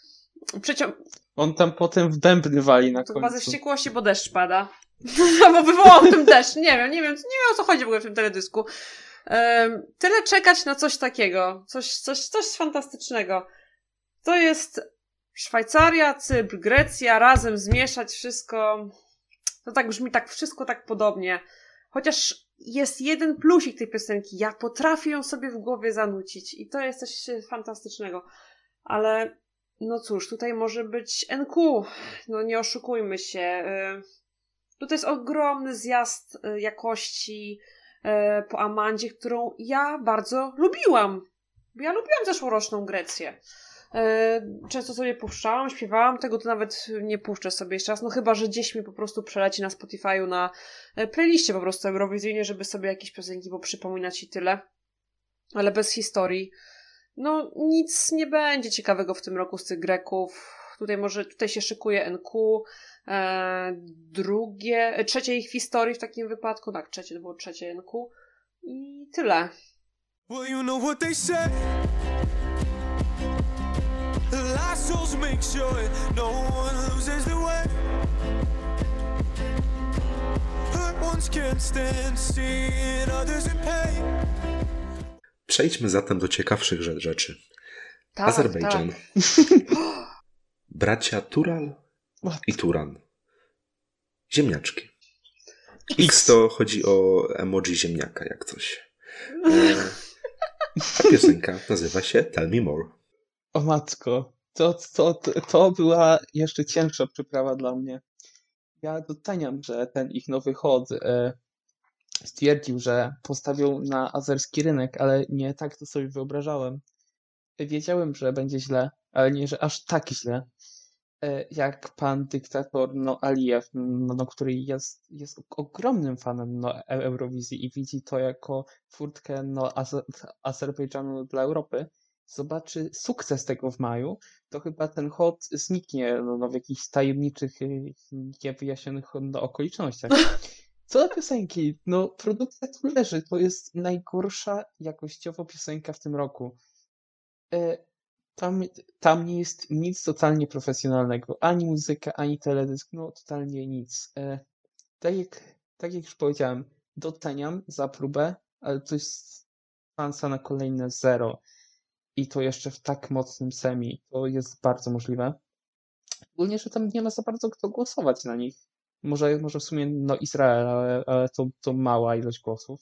On tam potem w bębny wali na to końcu. chyba ze wściekłości, bo deszcz pada. Bo wywołał tym deszcz. Nie wiem o co chodzi w ogóle w tym teledysku. Tyle czekać na coś takiego. Coś fantastycznego. To jest Szwajcaria, Cypr, Grecja, razem zmieszać wszystko. To tak brzmi, tak wszystko tak podobnie. Chociaż jest jeden plusik tej piosenki. Ja potrafię ją sobie w głowie zanucić. I to jest coś fantastycznego. Ale no cóż, tutaj może być NQ. No nie oszukujmy się. Tutaj jest ogromny zjazd jakości po Amandzie, którą ja bardzo lubiłam. Bo ja lubiłam zeszłoroczną Grecję. Często sobie puszczałam, śpiewałam, tego to nawet nie puszczę sobie jeszcze raz, no chyba, że gdzieś mi po prostu przeleci na Spotify'u na playliście po prostu eurowizyjnie, żeby sobie jakieś piosenki poprzypominać i tyle. Ale bez historii. No nic nie będzie ciekawego w tym roku z tych Greków. Tutaj się szykuje NQ, trzecie ich w historii w takim wypadku. Tak, to było trzecie NQ i tyle. Well, you know what they say. Lost souls make sure no one loses the way. Hurt ones can't stand seeing others in pain. Przejdźmy zatem do ciekawszych rzeczy. Tak, Azerbejdżan. Tak. Bracia Tural i Turan. Ziemniaczki. X to chodzi o emoji ziemniaka, jak coś. A piosenka nazywa się Tell Me More. O matko, to była jeszcze cięższa przyprawa dla mnie. Ja doceniam, że ten ich nowy chod stwierdził, że postawią na azerski rynek, ale nie tak to sobie wyobrażałem. Wiedziałem, że będzie źle, ale nie, że aż tak źle, jak pan dyktator Alijew, który jest ogromnym fanem Eurowizji i widzi to jako furtkę Azerbejdżanu dla Europy, zobaczy sukces tego w maju, to chyba ten chod zniknie w jakichś tajemniczych, niewyjaśnionych okolicznościach. Co za piosenki? No, produkcja tu leży. To jest najgorsza jakościowo piosenka w tym roku. E, tam nie jest nic totalnie profesjonalnego. Ani muzyka, ani teledysk. No, totalnie nic. Tak jak już powiedziałem, doceniam za próbę, ale to jest szansa na kolejne 0. I to jeszcze w tak mocnym semi. To jest bardzo możliwe. Szczególnie, że tam nie ma za bardzo kto głosować na nich. Może w sumie Izrael, ale to mała ilość głosów.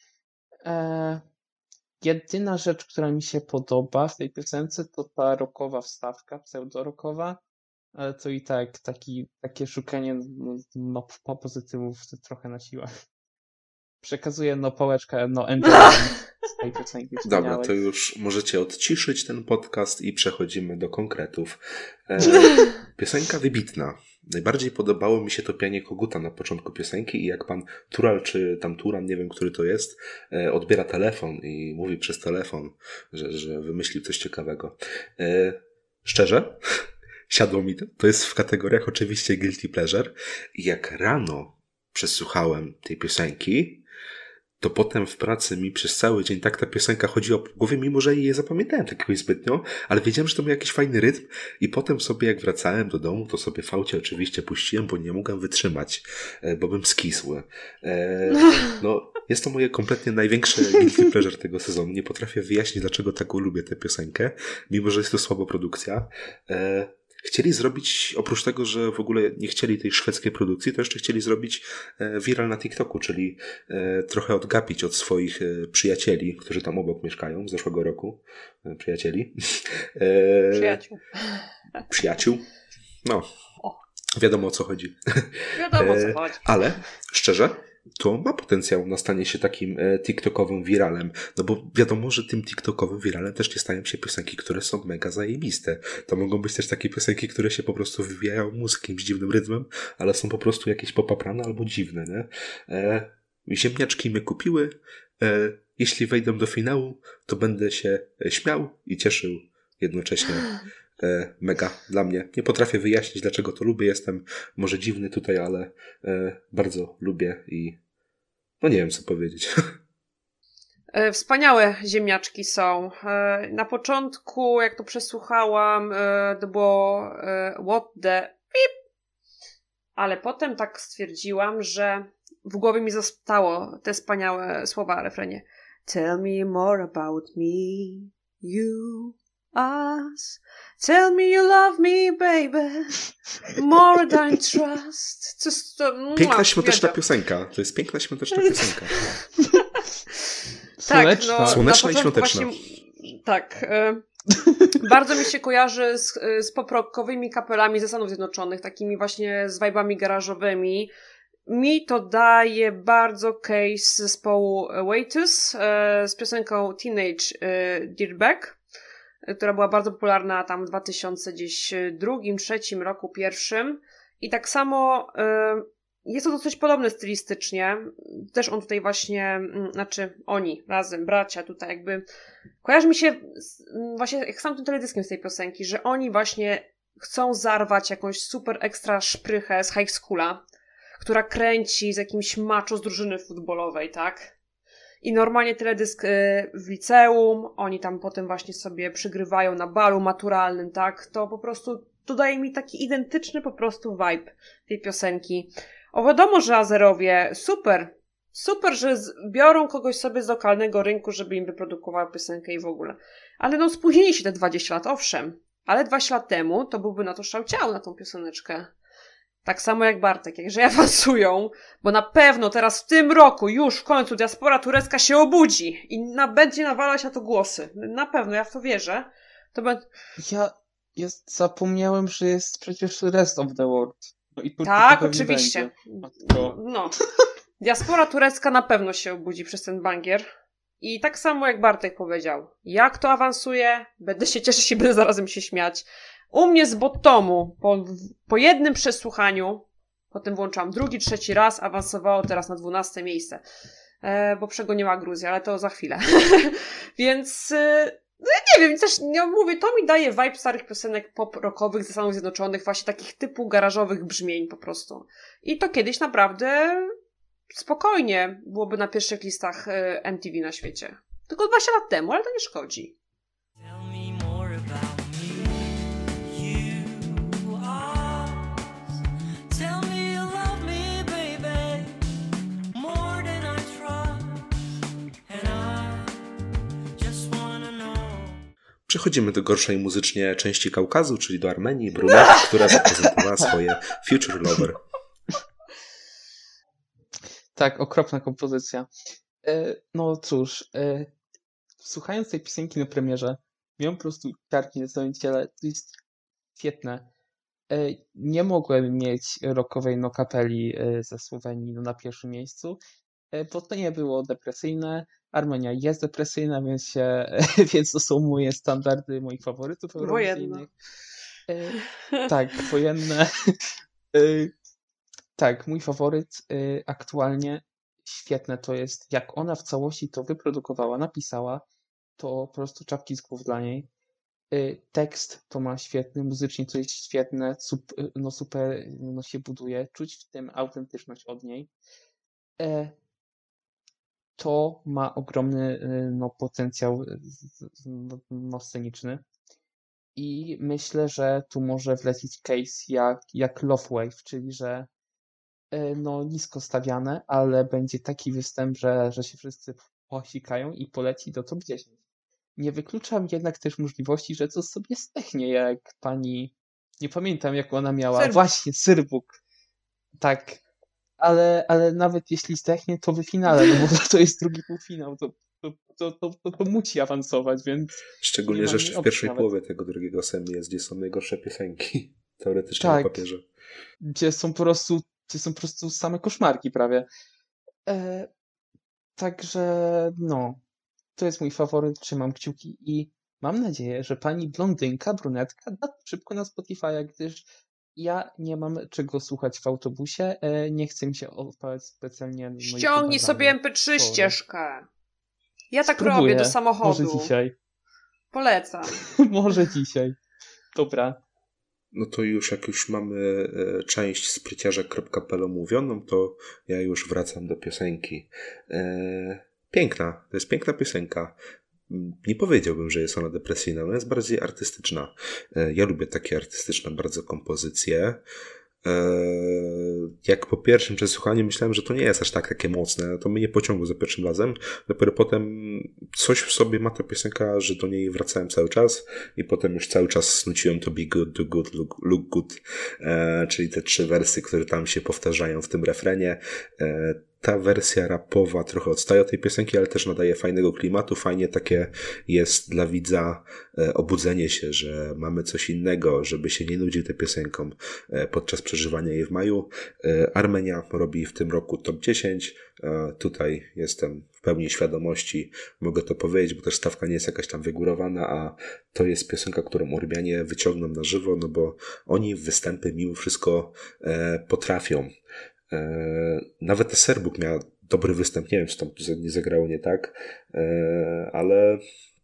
Jedyna rzecz, która mi się podoba w tej piosence, to ta rockowa wstawka, pseudo-rockowa, ale to i tak takie szukanie pozytywów to trochę na siłę. Przekazuję pałeczkę, enjoyment z tej piosenki. Dobra, to już możecie odciszyć ten podcast i przechodzimy do konkretów. Piosenka wybitna. Najbardziej podobało mi się to pianie koguta na początku piosenki i jak pan Tural czy tam Turan, nie wiem, który to jest, odbiera telefon i mówi przez telefon, że wymyślił coś ciekawego. Szczerze, siadło mi to. To jest w kategoriach oczywiście guilty pleasure i jak rano przesłuchałem tej piosenki, to potem w pracy mi przez cały dzień tak ta piosenka chodziła po głowie, mimo że jej nie zapamiętałem takiego zbytnio, ale wiedziałem, że to miał jakiś fajny rytm i potem sobie jak wracałem do domu, to sobie w aucie oczywiście puściłem, bo nie mogłem wytrzymać, bo bym skisł. No, jest to moje kompletnie największe guilty pleasure tego sezonu. Nie potrafię wyjaśnić, dlaczego tak lubię tę piosenkę, mimo że jest to słaba produkcja. Chcieli zrobić, oprócz tego, że w ogóle nie chcieli tej szwedzkiej produkcji, to jeszcze chcieli zrobić viral na TikToku, czyli trochę odgapić od swoich przyjacieli, którzy tam obok mieszkają z zeszłego roku. Przyjacieli. Przyjaciół. No. Wiadomo o co chodzi. Wiadomo o co chodzi. Ale, szczerze, to ma potencjał na stanie się takim TikTokowym wiralem. No bo wiadomo, że tym TikTokowym wiralem też nie stają się piosenki, które są mega zajebiste. To mogą być też takie piosenki, które się po prostu wywijają mózg jakimś dziwnym rytmem, ale są po prostu jakieś popaprane albo dziwne, nie? Ziemniaczki mnie kupiły. Jeśli wejdę do finału, to będę się śmiał i cieszył jednocześnie. Mega dla mnie. Nie potrafię wyjaśnić, dlaczego to lubię. Jestem może dziwny tutaj, ale bardzo lubię i no nie wiem, co powiedzieć. Wspaniałe ziemniaczki są. Na początku, jak to przesłuchałam, to było what the beep, ale potem tak stwierdziłam, że w głowie mi zostało te wspaniałe słowa w refrenie. Tell me more about me, you, us. Tell me you love me, baby, more than trust. Piękna, świąteczna piosenka. To jest piękna, świąteczna piosenka. Tak, słoneczna i świąteczna. Właśnie, tak. Bardzo mi się kojarzy z pop-rockowymi kapelami ze Stanów Zjednoczonych, takimi właśnie z vibe'ami garażowymi. Mi to daje bardzo case zespołu Waitus z piosenką Teenage Dirtbag, która była bardzo popularna tam w 2002-2003 roku pierwszym. I tak samo jest to dosyć podobne stylistycznie. Też on tutaj właśnie, oni razem, bracia tutaj jakby, kojarzy mi się właśnie jak sam tym teledyskiem z tej piosenki, że oni właśnie chcą zarwać jakąś super ekstra szprychę z high schoola, która kręci z jakimś macho z drużyny futbolowej, tak? I normalnie teledysk w liceum, oni tam potem właśnie sobie przygrywają na balu maturalnym, tak? To po prostu dodaje mi taki identyczny po prostu vibe tej piosenki. Wiadomo, że Azerowie super, że biorą kogoś sobie z lokalnego rynku, żeby im wyprodukował piosenkę i w ogóle. Ale spóźnili się te 20 lat, owszem. Ale 20 lat temu to byłby na to szałciał, na tą pioseneczkę. Tak samo jak Bartek, jakże awansują, bo na pewno teraz w tym roku już w końcu diaspora turecka się obudzi i będzie nawalać na to głosy. Na pewno, ja w to wierzę. Ja zapomniałem, że jest przecież Rest of the World. I tak, oczywiście. Diaspora turecka na pewno się obudzi przez ten bangier. I tak samo jak Bartek powiedział, jak to awansuje, będę się cieszyć i będę zarazem się śmiać. U mnie z bottomu po jednym przesłuchaniu, potem włączałam drugi, trzeci raz, awansowało teraz na 12 miejsce, bo przegoniła Gruzję, ale to za chwilę. Więc ja nie wiem, też mówię, to mi daje vibe starych piosenek pop-rockowych ze Stanów Zjednoczonych, właśnie takich typu garażowych brzmień po prostu. I to kiedyś naprawdę spokojnie byłoby na pierwszych listach MTV na świecie. Tylko 20 lat temu, ale to nie szkodzi. Przechodzimy do gorszej muzycznie części Kaukazu, czyli do Armenii, Brunet, która zaprezentowała swoje Future Lover. Tak, okropna kompozycja. No cóż, słuchając tej piosenki na premierze, miałem po prostu ciarki na całym ciele. To jest świetne. Nie mogłem mieć rockowej no kapeli ze Słowenii na pierwszym miejscu, bo to nie było depresyjne. Armenia jest depresyjna, więc to są moje standardy moich faworytów eurowizyjnych. Tak, wojenne. Tak, mój faworyt aktualnie świetne to jest, jak ona w całości to wyprodukowała, napisała, to po prostu czapki z głów dla niej. Tekst to ma świetny, muzycznie to jest świetne, super się buduje, czuć w tym autentyczność od niej. To ma ogromny potencjał sceniczny i myślę, że tu może wlecieć case jak Love Wave, czyli że nisko stawiane, ale będzie taki występ, że się wszyscy posikają i poleci do top 10. Nie wykluczam jednak też możliwości, że to sobie stechnie, jak pani, nie pamiętam jak ona miała, właśnie Syrbuk. Tak, ale nawet jeśli zdechnie, to w finale, no bo to jest drugi półfinał, to musi awansować, więc... Szczególnie, że jeszcze w pierwszej połowie tego drugiego semi jest, gdzie są najgorsze piosenki, teoretycznie na papierze. Gdzie są po prostu same koszmarki prawie. Także to jest mój faworyt, trzymam kciuki i mam nadzieję, że pani blondynka, brunetka da to szybko na Spotify'a, gdyż ja nie mam czego słuchać w autobusie, nie chcę mi się odpalać specjalnie. Ściągnij sobie MP3 ścieżkę. Ja tak Spróbuję. robię do samochodu. Może dzisiaj. Polecam. Może dzisiaj. Dobra. No to jak już mamy część spryciarza.pl omówioną, to ja już wracam do piosenki. Piękna. To jest piękna piosenka. Nie powiedziałbym, że jest ona depresyjna, ona jest bardziej artystyczna. Ja lubię takie artystyczne bardzo kompozycje. Jak po pierwszym przesłuchaniu myślałem, że to nie jest aż takie mocne, to mnie nie pociągło za pierwszym razem. Dopiero potem coś w sobie ma ta piosenka, że do niej wracałem cały czas i potem już cały czas snuciłem to Be Good, Do Good, Look Good, czyli te 3 wersy, które tam się powtarzają w tym refrenie. Ta wersja rapowa trochę odstaje od tej piosenki, ale też nadaje fajnego klimatu. Fajnie takie jest dla widza obudzenie się, że mamy coś innego, żeby się nie nudził tą piosenką podczas przeżywania jej w maju. Armenia robi w tym roku top 10. Tutaj jestem w pełni świadomości, mogę to powiedzieć, bo też stawka nie jest jakaś tam wygórowana, a to jest piosenka, którą Ormianie wyciągną na żywo, no bo oni w występy mimo wszystko potrafią. Nawet Serbuk miał dobry występ, nie wiem, czy tam nie zagrało nie tak, ale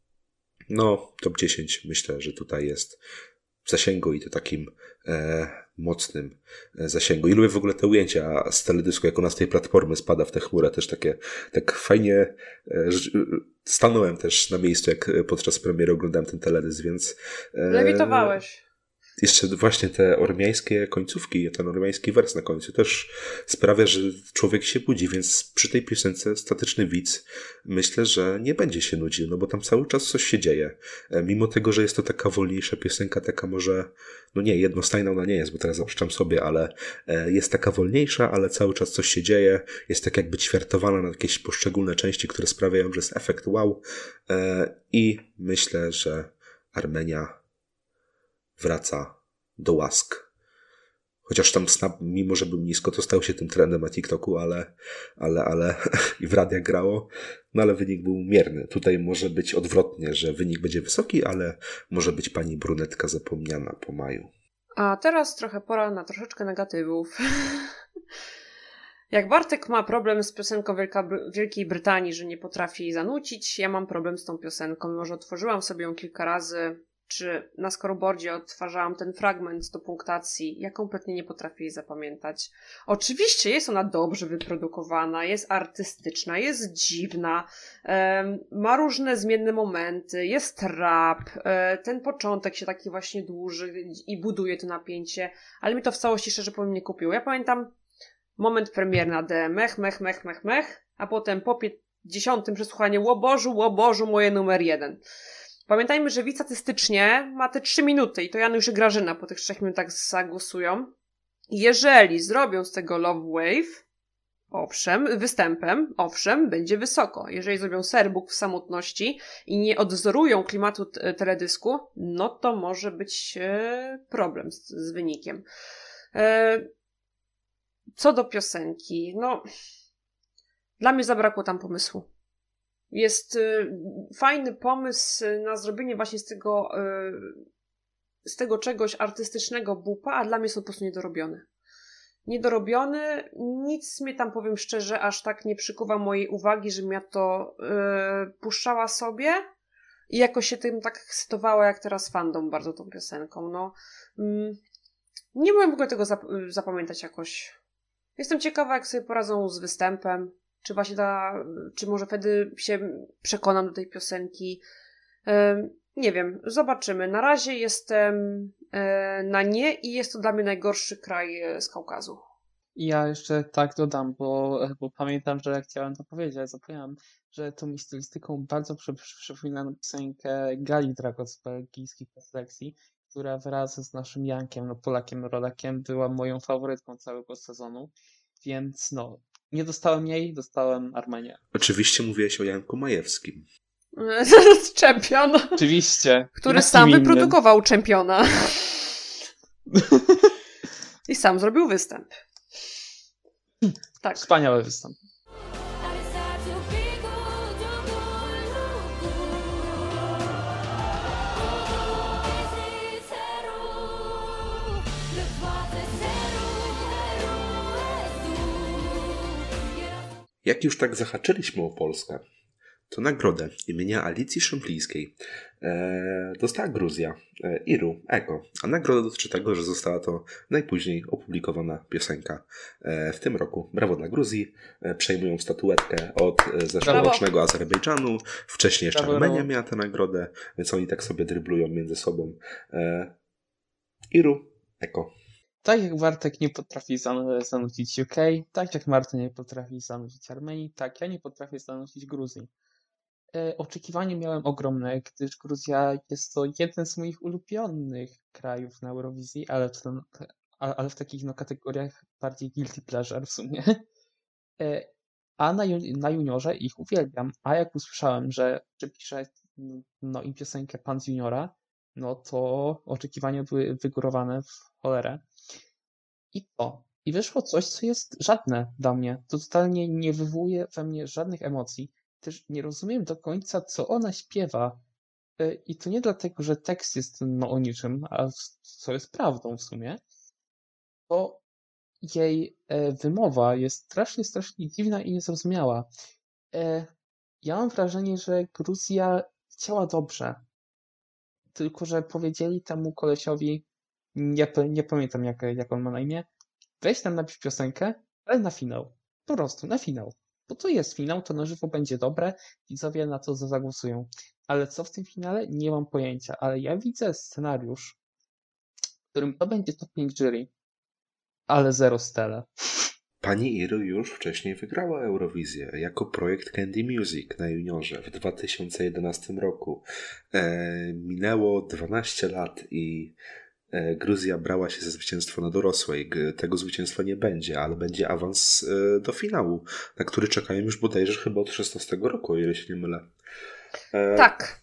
top 10 myślę, że tutaj jest w zasięgu i to takim mocnym zasięgu. I lubię w ogóle te ujęcia z teledysku, jak ona z tej platformy spada w tę chmurę, też tak fajnie stanąłem też na miejscu, jak podczas premiery oglądałem ten teledysk, więc lewitowałeś. Jeszcze właśnie te ormiańskie końcówki, ten ormiański wers na końcu też sprawia, że człowiek się budzi, więc przy tej piosence statyczny widz myślę, że nie będzie się nudził, no bo tam cały czas coś się dzieje. Mimo tego, że jest to taka wolniejsza piosenka, taka może, jednostajna ona nie jest, bo teraz zaprzeczam sobie, ale jest taka wolniejsza, ale cały czas coś się dzieje, jest tak jakby ćwiartowana na jakieś poszczególne części, które sprawiają, że jest efekt wow. I myślę, że Armenia wraca do łask. Chociaż tam Snap, mimo że był nisko, to stał się tym trendem na TikToku, ale i w radiach grało, ale wynik był mierny. Tutaj może być odwrotnie, że wynik będzie wysoki, ale może być pani brunetka zapomniana po maju. A teraz trochę pora na troszeczkę negatywów. Jak Bartek ma problem z piosenką Wielkiej Brytanii, że nie potrafi jej zanucić, ja mam problem z tą piosenką. Mimo że otworzyłam sobie ją kilka razy, czy na scoreboardzie odtwarzałam ten fragment do punktacji, ja kompletnie nie potrafię jej zapamiętać. Oczywiście jest ona dobrze wyprodukowana, jest artystyczna, jest dziwna, ma różne zmienne momenty, jest rap, ten początek się taki właśnie dłuży i buduje to napięcie, ale mi to w całości szczerze powiem nie kupiło. Ja pamiętam moment premier na D, mech, a potem po 10. przesłuchanie, łobożu, moje numer 1. Pamiętajmy, że widz statystycznie ma te 3 minuty i to Janusz i Grażyna po tych 3 minutach zagłosują. Jeżeli zrobią z tego Love Wave, występem, będzie wysoko. Jeżeli zrobią Serbuk w samotności i nie odwzorują klimatu teledysku, no to może być problem z wynikiem. Co do piosenki, no dla mnie zabrakło tam pomysłu. Jest fajny pomysł na zrobienie właśnie z tego czegoś artystycznego bupa, a dla mnie jest on po prostu niedorobiony. Nic mnie tam, powiem szczerze, aż tak nie przykuwa mojej uwagi, żebym ja to puszczała sobie i jakoś się tym tak ekscytowała, jak teraz fandom bardzo tą piosenką. No, nie mogłem w ogóle tego zapamiętać jakoś. Jestem ciekawa, jak sobie poradzą z występem. Czy właśnie czy może wtedy się przekonam do tej piosenki. Nie wiem, zobaczymy. Na razie jestem na nie i jest to dla mnie najgorszy kraj z Kaukazu. I ja jeszcze tak dodam, bo pamiętam, że chciałem to powiedzieć, ale zapomniałem, że to mi stylistyką bardzo przypomina piosenkę Gali Dragot z belgijskich selekcji, która wraz z naszym Jankiem, no Polakiem, rodakiem, była moją faworytką całego sezonu. Więc no, nie dostałem jej, dostałem Armenię. Oczywiście mówiłeś o Janku Majewskim. Czempion. Oczywiście. Który sam wyprodukował czempiona. I sam zrobił występ. Tak. Wspaniały występ. Jak już tak zahaczyliśmy o Polskę, to nagrodę imienia Alicji Szemplińskiej dostała Gruzja, Iru, Eko. A nagroda dotyczy tego, że została to najpóźniej opublikowana piosenka w tym roku. Brawo dla Gruzji. Przejmują statuetkę od zeszłorocznego Azerbejdżanu. Wcześniej jeszcze Armenia miała tę nagrodę, więc oni tak sobie dryblują między sobą. Iru, Eko. Tak jak Bartek nie potrafi zanucić UK, tak jak Marta nie potrafi zanucić Armenii, tak ja nie potrafię zanucić Gruzji. Oczekiwania miałem ogromne, gdyż Gruzja jest to jeden z moich ulubionych krajów na Eurowizji, ale w takich kategoriach bardziej guilty pleasure w sumie. A na juniorze ich uwielbiam. A jak usłyszałem, że pisze im piosenkę Pan z Juniora, no to oczekiwania były wygórowane w cholerę. I wyszło coś, co jest żadne dla mnie. To totalnie nie wywołuje we mnie żadnych emocji. Też nie rozumiem do końca, co ona śpiewa. I to nie dlatego, że tekst jest o niczym, a co jest prawdą w sumie. To jej wymowa jest strasznie dziwna i niezrozumiała. Ja mam wrażenie, że Gruzja chciała dobrze. Tylko że powiedzieli temu kolesiowi, nie pamiętam jak on ma na imię, weź tam napisz piosenkę, ale na finał. Po prostu, na finał. Bo to jest finał, to na żywo będzie dobre, widzowie na to zagłosują. Ale co w tym finale? Nie mam pojęcia. Ale ja widzę scenariusz, w którym to będzie top 5 jury, ale zero stele. Pani Iru już wcześniej wygrała Eurowizję jako projekt Candy Music na juniorze w 2011 roku. Minęło 12 lat i Gruzja brała się za zwycięstwo na dorosłej. Tego zwycięstwa nie będzie, ale będzie awans do finału, na który czekają już bodajże chyba od 16 roku, o ile się nie mylę. Tak.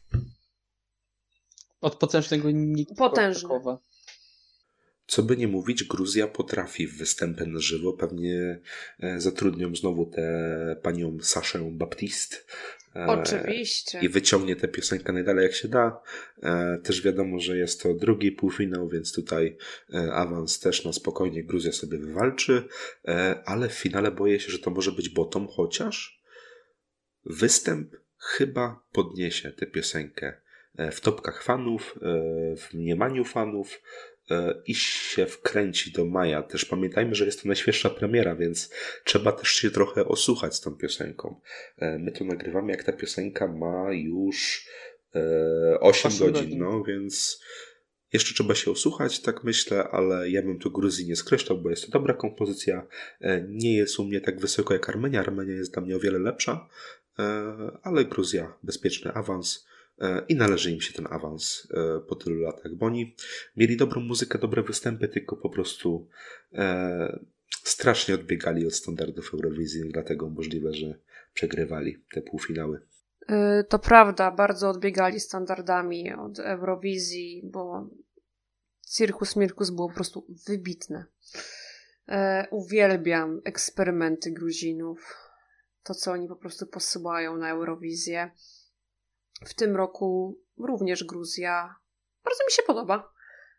Od potężnego Krakowa. Co by nie mówić, Gruzja potrafi w występy na żywo. Pewnie zatrudnią znowu tę panią Saszę Baptiste. Oczywiście. I wyciągnie tę piosenkę najdalej jak się da. Też wiadomo, że jest to drugi półfinał, więc tutaj awans też na spokojnie Gruzja sobie wywalczy. Ale w finale boję się, że to może być bottom, chociaż występ chyba podniesie tę piosenkę. w topkach fanów, w mniemaniu fanów i się wkręci do maja. Też pamiętajmy, że jest to najświeższa premiera, więc trzeba też się trochę osłuchać z tą piosenką. My to nagrywamy, jak ta piosenka ma już 8 godzin, no więc jeszcze trzeba się osłuchać, tak myślę, ale ja bym tu Gruzji nie skreślał, bo jest to dobra kompozycja. Nie jest u mnie tak wysoko jak Armenia. Armenia jest dla mnie o wiele lepsza, ale Gruzja bezpieczny awans i należy im się ten awans po tylu latach, bo oni mieli dobrą muzykę, dobre występy, tylko po prostu strasznie odbiegali od standardów Eurowizji, dlatego możliwe, że przegrywali te półfinały. To prawda, bardzo odbiegali standardami od Eurowizji, bo Cirkus Mirkus było po prostu wybitne. Uwielbiam eksperymenty Gruzinów. To, co oni po prostu posyłają na Eurowizję. W tym roku również Gruzja. Bardzo mi się podoba.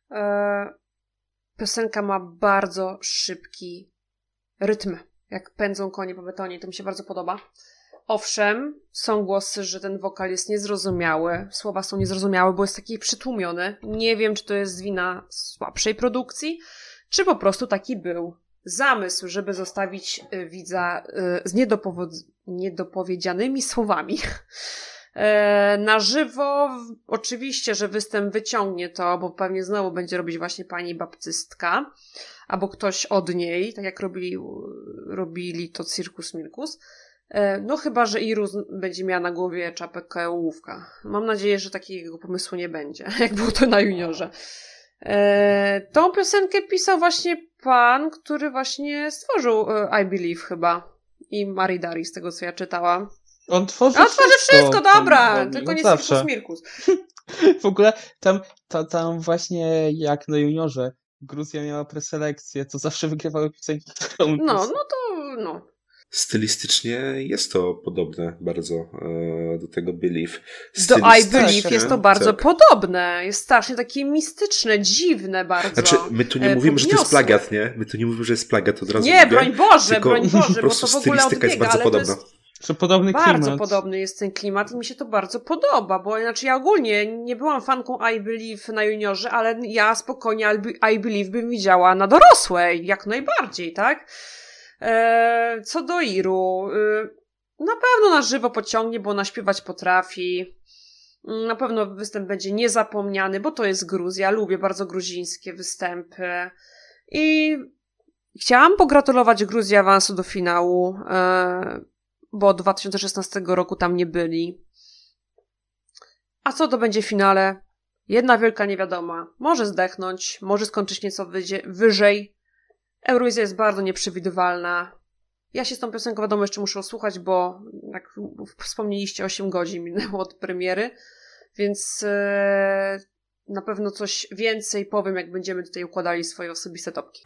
Piosenka ma bardzo szybki rytm. Jak pędzą konie po betonie, to mi się bardzo podoba. Owszem, są głosy, że ten wokal jest niezrozumiały. Słowa są niezrozumiałe, bo jest taki przytłumiony. Nie wiem, czy to jest wina słabszej produkcji, czy po prostu taki był zamysł, żeby zostawić widza z niedopowiedzianymi słowami. Na żywo oczywiście, że występ wyciągnie to, bo pewnie znowu będzie robić właśnie pani baptystka, albo ktoś od niej, tak jak robili to Cirkus Mirkus. No chyba, że Irus będzie miała na głowie czapkę ołówka. Mam nadzieję, że takiego pomysłu nie będzie, jak było to na juniorze. Tą piosenkę pisał właśnie pan, który właśnie stworzył I Believe chyba. I Maridari, z tego co ja czytałam. On tworzy wszystko, dobra, tylko nie zawsze. Cirkus Mirkus. W ogóle tam właśnie jak na juniorze Gruzja miała preselekcję, to zawsze wygrywały piosenki, którą... No. Stylistycznie jest to podobne bardzo do tego Believe. Do I Believe jest to bardzo podobne. Jest strasznie takie mistyczne, dziwne bardzo. Znaczy, my tu nie mówimy, że to jest plagiat, nie? My tu nie mówimy, że jest plagiat od razu. Nie, broń Boże, po bo to w ogóle odbiega, jest bardzo podobna. Że podobny bardzo klimat. podobny jest ten klimat i mi się to bardzo podoba, bo znaczy ja ogólnie nie byłam fanką I Believe na juniorze, ale ja spokojnie I Believe bym widziała na dorosłej, jak najbardziej, tak? Co do Iru, na pewno na żywo pociągnie, bo ona śpiewać potrafi. Na pewno występ będzie niezapomniany, bo to jest Gruzja. Lubię bardzo gruzińskie występy. I chciałam pogratulować Gruzji awansu do finału, bo od 2016 roku tam nie byli. A co to będzie w finale? Jedna wielka niewiadoma. Może zdechnąć, może skończyć nieco wyżej. Eurowizja jest bardzo nieprzewidywalna. Ja się z tą piosenką wiadomo jeszcze muszę osłuchać, bo jak wspomnieliście 8 godzin minęło od premiery, więc na pewno coś więcej powiem, jak będziemy tutaj układali swoje osobiste topki.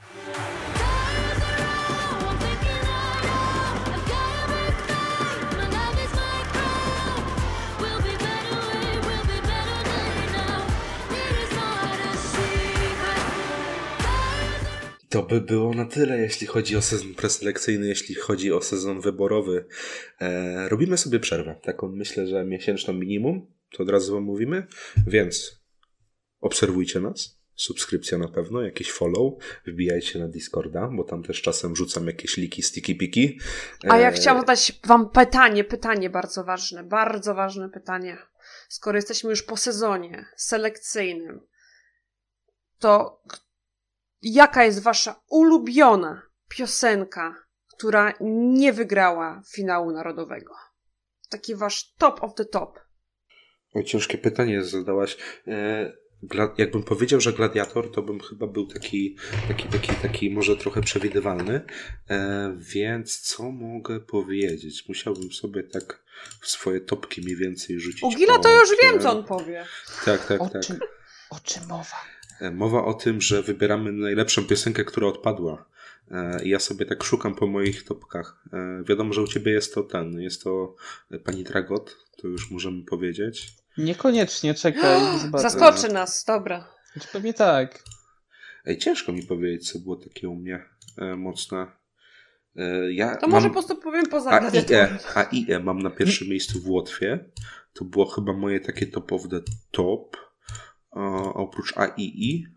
To by było na tyle, jeśli chodzi o sezon preselekcyjny, jeśli chodzi o sezon wyborowy. Robimy sobie przerwę, taką myślę, że miesięczną minimum, to od razu wam mówimy, więc obserwujcie nas, subskrypcja na pewno, jakiś follow, wbijajcie na Discorda, bo tam też czasem rzucam jakieś liki, sticky-piki. A ja chciałam zadać wam pytanie bardzo ważne pytanie. Skoro jesteśmy już po sezonie selekcyjnym, to jaka jest wasza ulubiona piosenka, która nie wygrała finału narodowego? Taki wasz top of the top. O, ciężkie pytanie zadałaś. Jakbym powiedział, że Gladiator, to bym chyba był taki może trochę przewidywalny. Więc co mogę powiedzieć? Musiałbym sobie tak w swoje topki mniej więcej rzucić. U Gila to już wiem, co on powie. Tak. O czym mowa? Mowa o tym, że wybieramy najlepszą piosenkę, która odpadła. I ja sobie tak szukam po moich topkach. Wiadomo, że u ciebie jest to pani Dragot, to już możemy powiedzieć. Niekoniecznie, czekaj. Zaskoczy nas, dobra. Znaczy, pewnie tak. Ciężko mi powiedzieć, co było takie u mnie mocne. Ja To może po prostu powiem poza gladiatorem. AIE mam na pierwszym miejscu w Łotwie. To było chyba moje takie top of the top. Oprócz AII.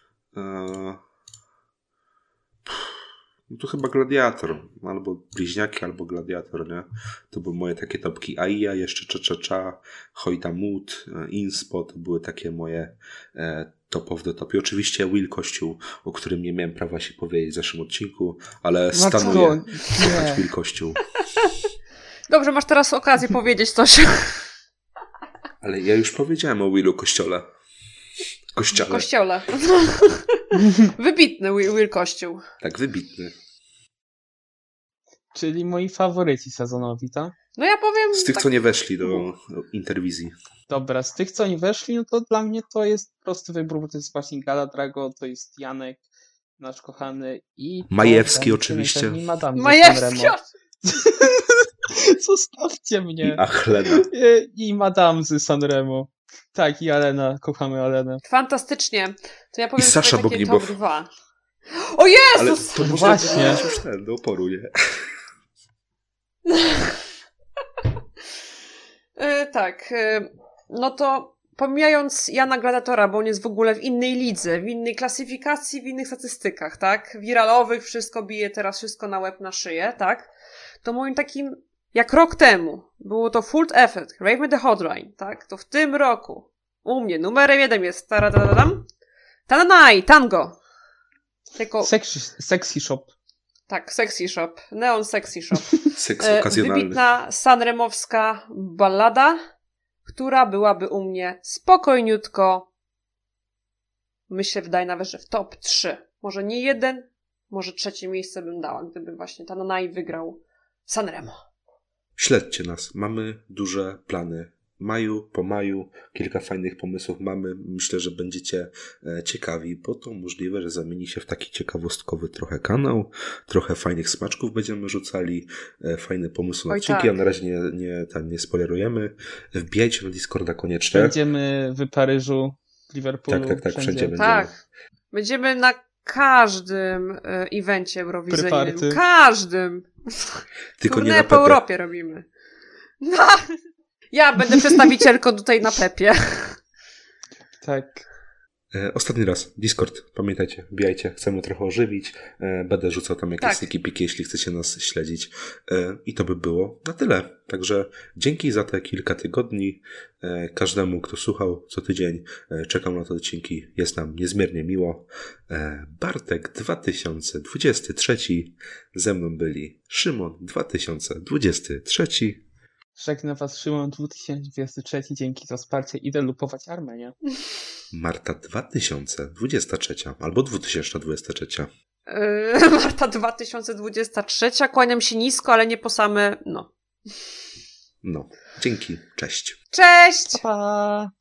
No to chyba Gladiator. Albo Bliźniaki, albo Gladiator, nie? To były moje takie topki. AIA, jeszcze Cza, Hojtamut, Inspo. To były takie moje top of the top. I oczywiście Will Kościół, o którym nie miałem prawa się powiedzieć w zeszłym odcinku, ale stanuję Will Kościół. Dobrze, masz teraz okazję powiedzieć coś. Ale ja już powiedziałem o Willu Kościole. Kościole. Wybitny Will Kościół. Tak, wybitny. Czyli moi faworyci sezonowi, tak? No ja powiem... Z tych, tak, co nie weszli do interwizji. Dobra, z tych, co nie weszli, no to dla mnie to jest prosty wybór, bo to jest właśnie Galadrago, to jest Janek, nasz kochany i... Majewski oczywiście. Majewski! Zostawcie mnie. I Achlena. I Madame z Sanremo. Tak, i Alena, kochamy Alenę. Fantastycznie. To ja powiem I Sasza sobie takie Bognibow. top 2. O Jezus! Ale to właśnie. już ten, do oporu, nie? Tak. No to pomijając Jana Gladiatora, bo on jest w ogóle w innej lidze, w innej klasyfikacji, w innych statystykach, tak? Wiralowych, wszystko bije teraz wszystko na łeb, na szyję, tak? To moim takim, jak rok temu było to Full Effort, Raven the Hotline, tak? To w tym roku u mnie numerem 1 jest Tananai, Tango. Tylko... Sexy Shop. Tak, Sexy Shop. Neon Sexy Shop. Seks okazjonalny. Wybitna sanremowska ballada, która byłaby u mnie spokojniutko, myślę, wydaje nawet, że w top 3. Może nie 1, może 3 miejsce bym dała, gdyby właśnie Tananai wygrał Sanremo. Śledźcie nas. Mamy duże plany. Po maju kilka fajnych pomysłów mamy. Myślę, że będziecie ciekawi, bo to możliwe, że zamieni się w taki ciekawostkowy trochę kanał. Trochę fajnych smaczków będziemy rzucali, fajne pomysły na odcinki. Tak. A na razie nie spoilerujemy. Wbijajcie na Discorda koniecznie. Będziemy w Paryżu, w Liverpoolu. Tak, wszędzie będziemy. Tak. Będziemy na każdym evencie eurowizyjnym. Pryparty. Każdym. Tylko nie Turnę na po Pepe. Europie robimy. No. Ja będę przedstawicielką tutaj na Pepie. Tak. Ostatni raz. Discord. Pamiętajcie, wbijajcie. Chcemy trochę ożywić. Będę rzucał tam jakieś Tak. piki, jeśli chcecie nas śledzić. I to by było na tyle. Także dzięki za te kilka tygodni. Każdemu, kto słuchał co tydzień, czekam na te odcinki. Jest nam niezmiernie miło. Bartek 2023. Ze mną byli Szymon 2023. Żegnam was Szymon 2023. Dzięki za wsparcie. Idę lupować Armenię. Marta 2023 albo 2023. Marta 2023. Kłaniam się nisko, ale nie po same... No. No, dzięki. Cześć. Cześć! Pa!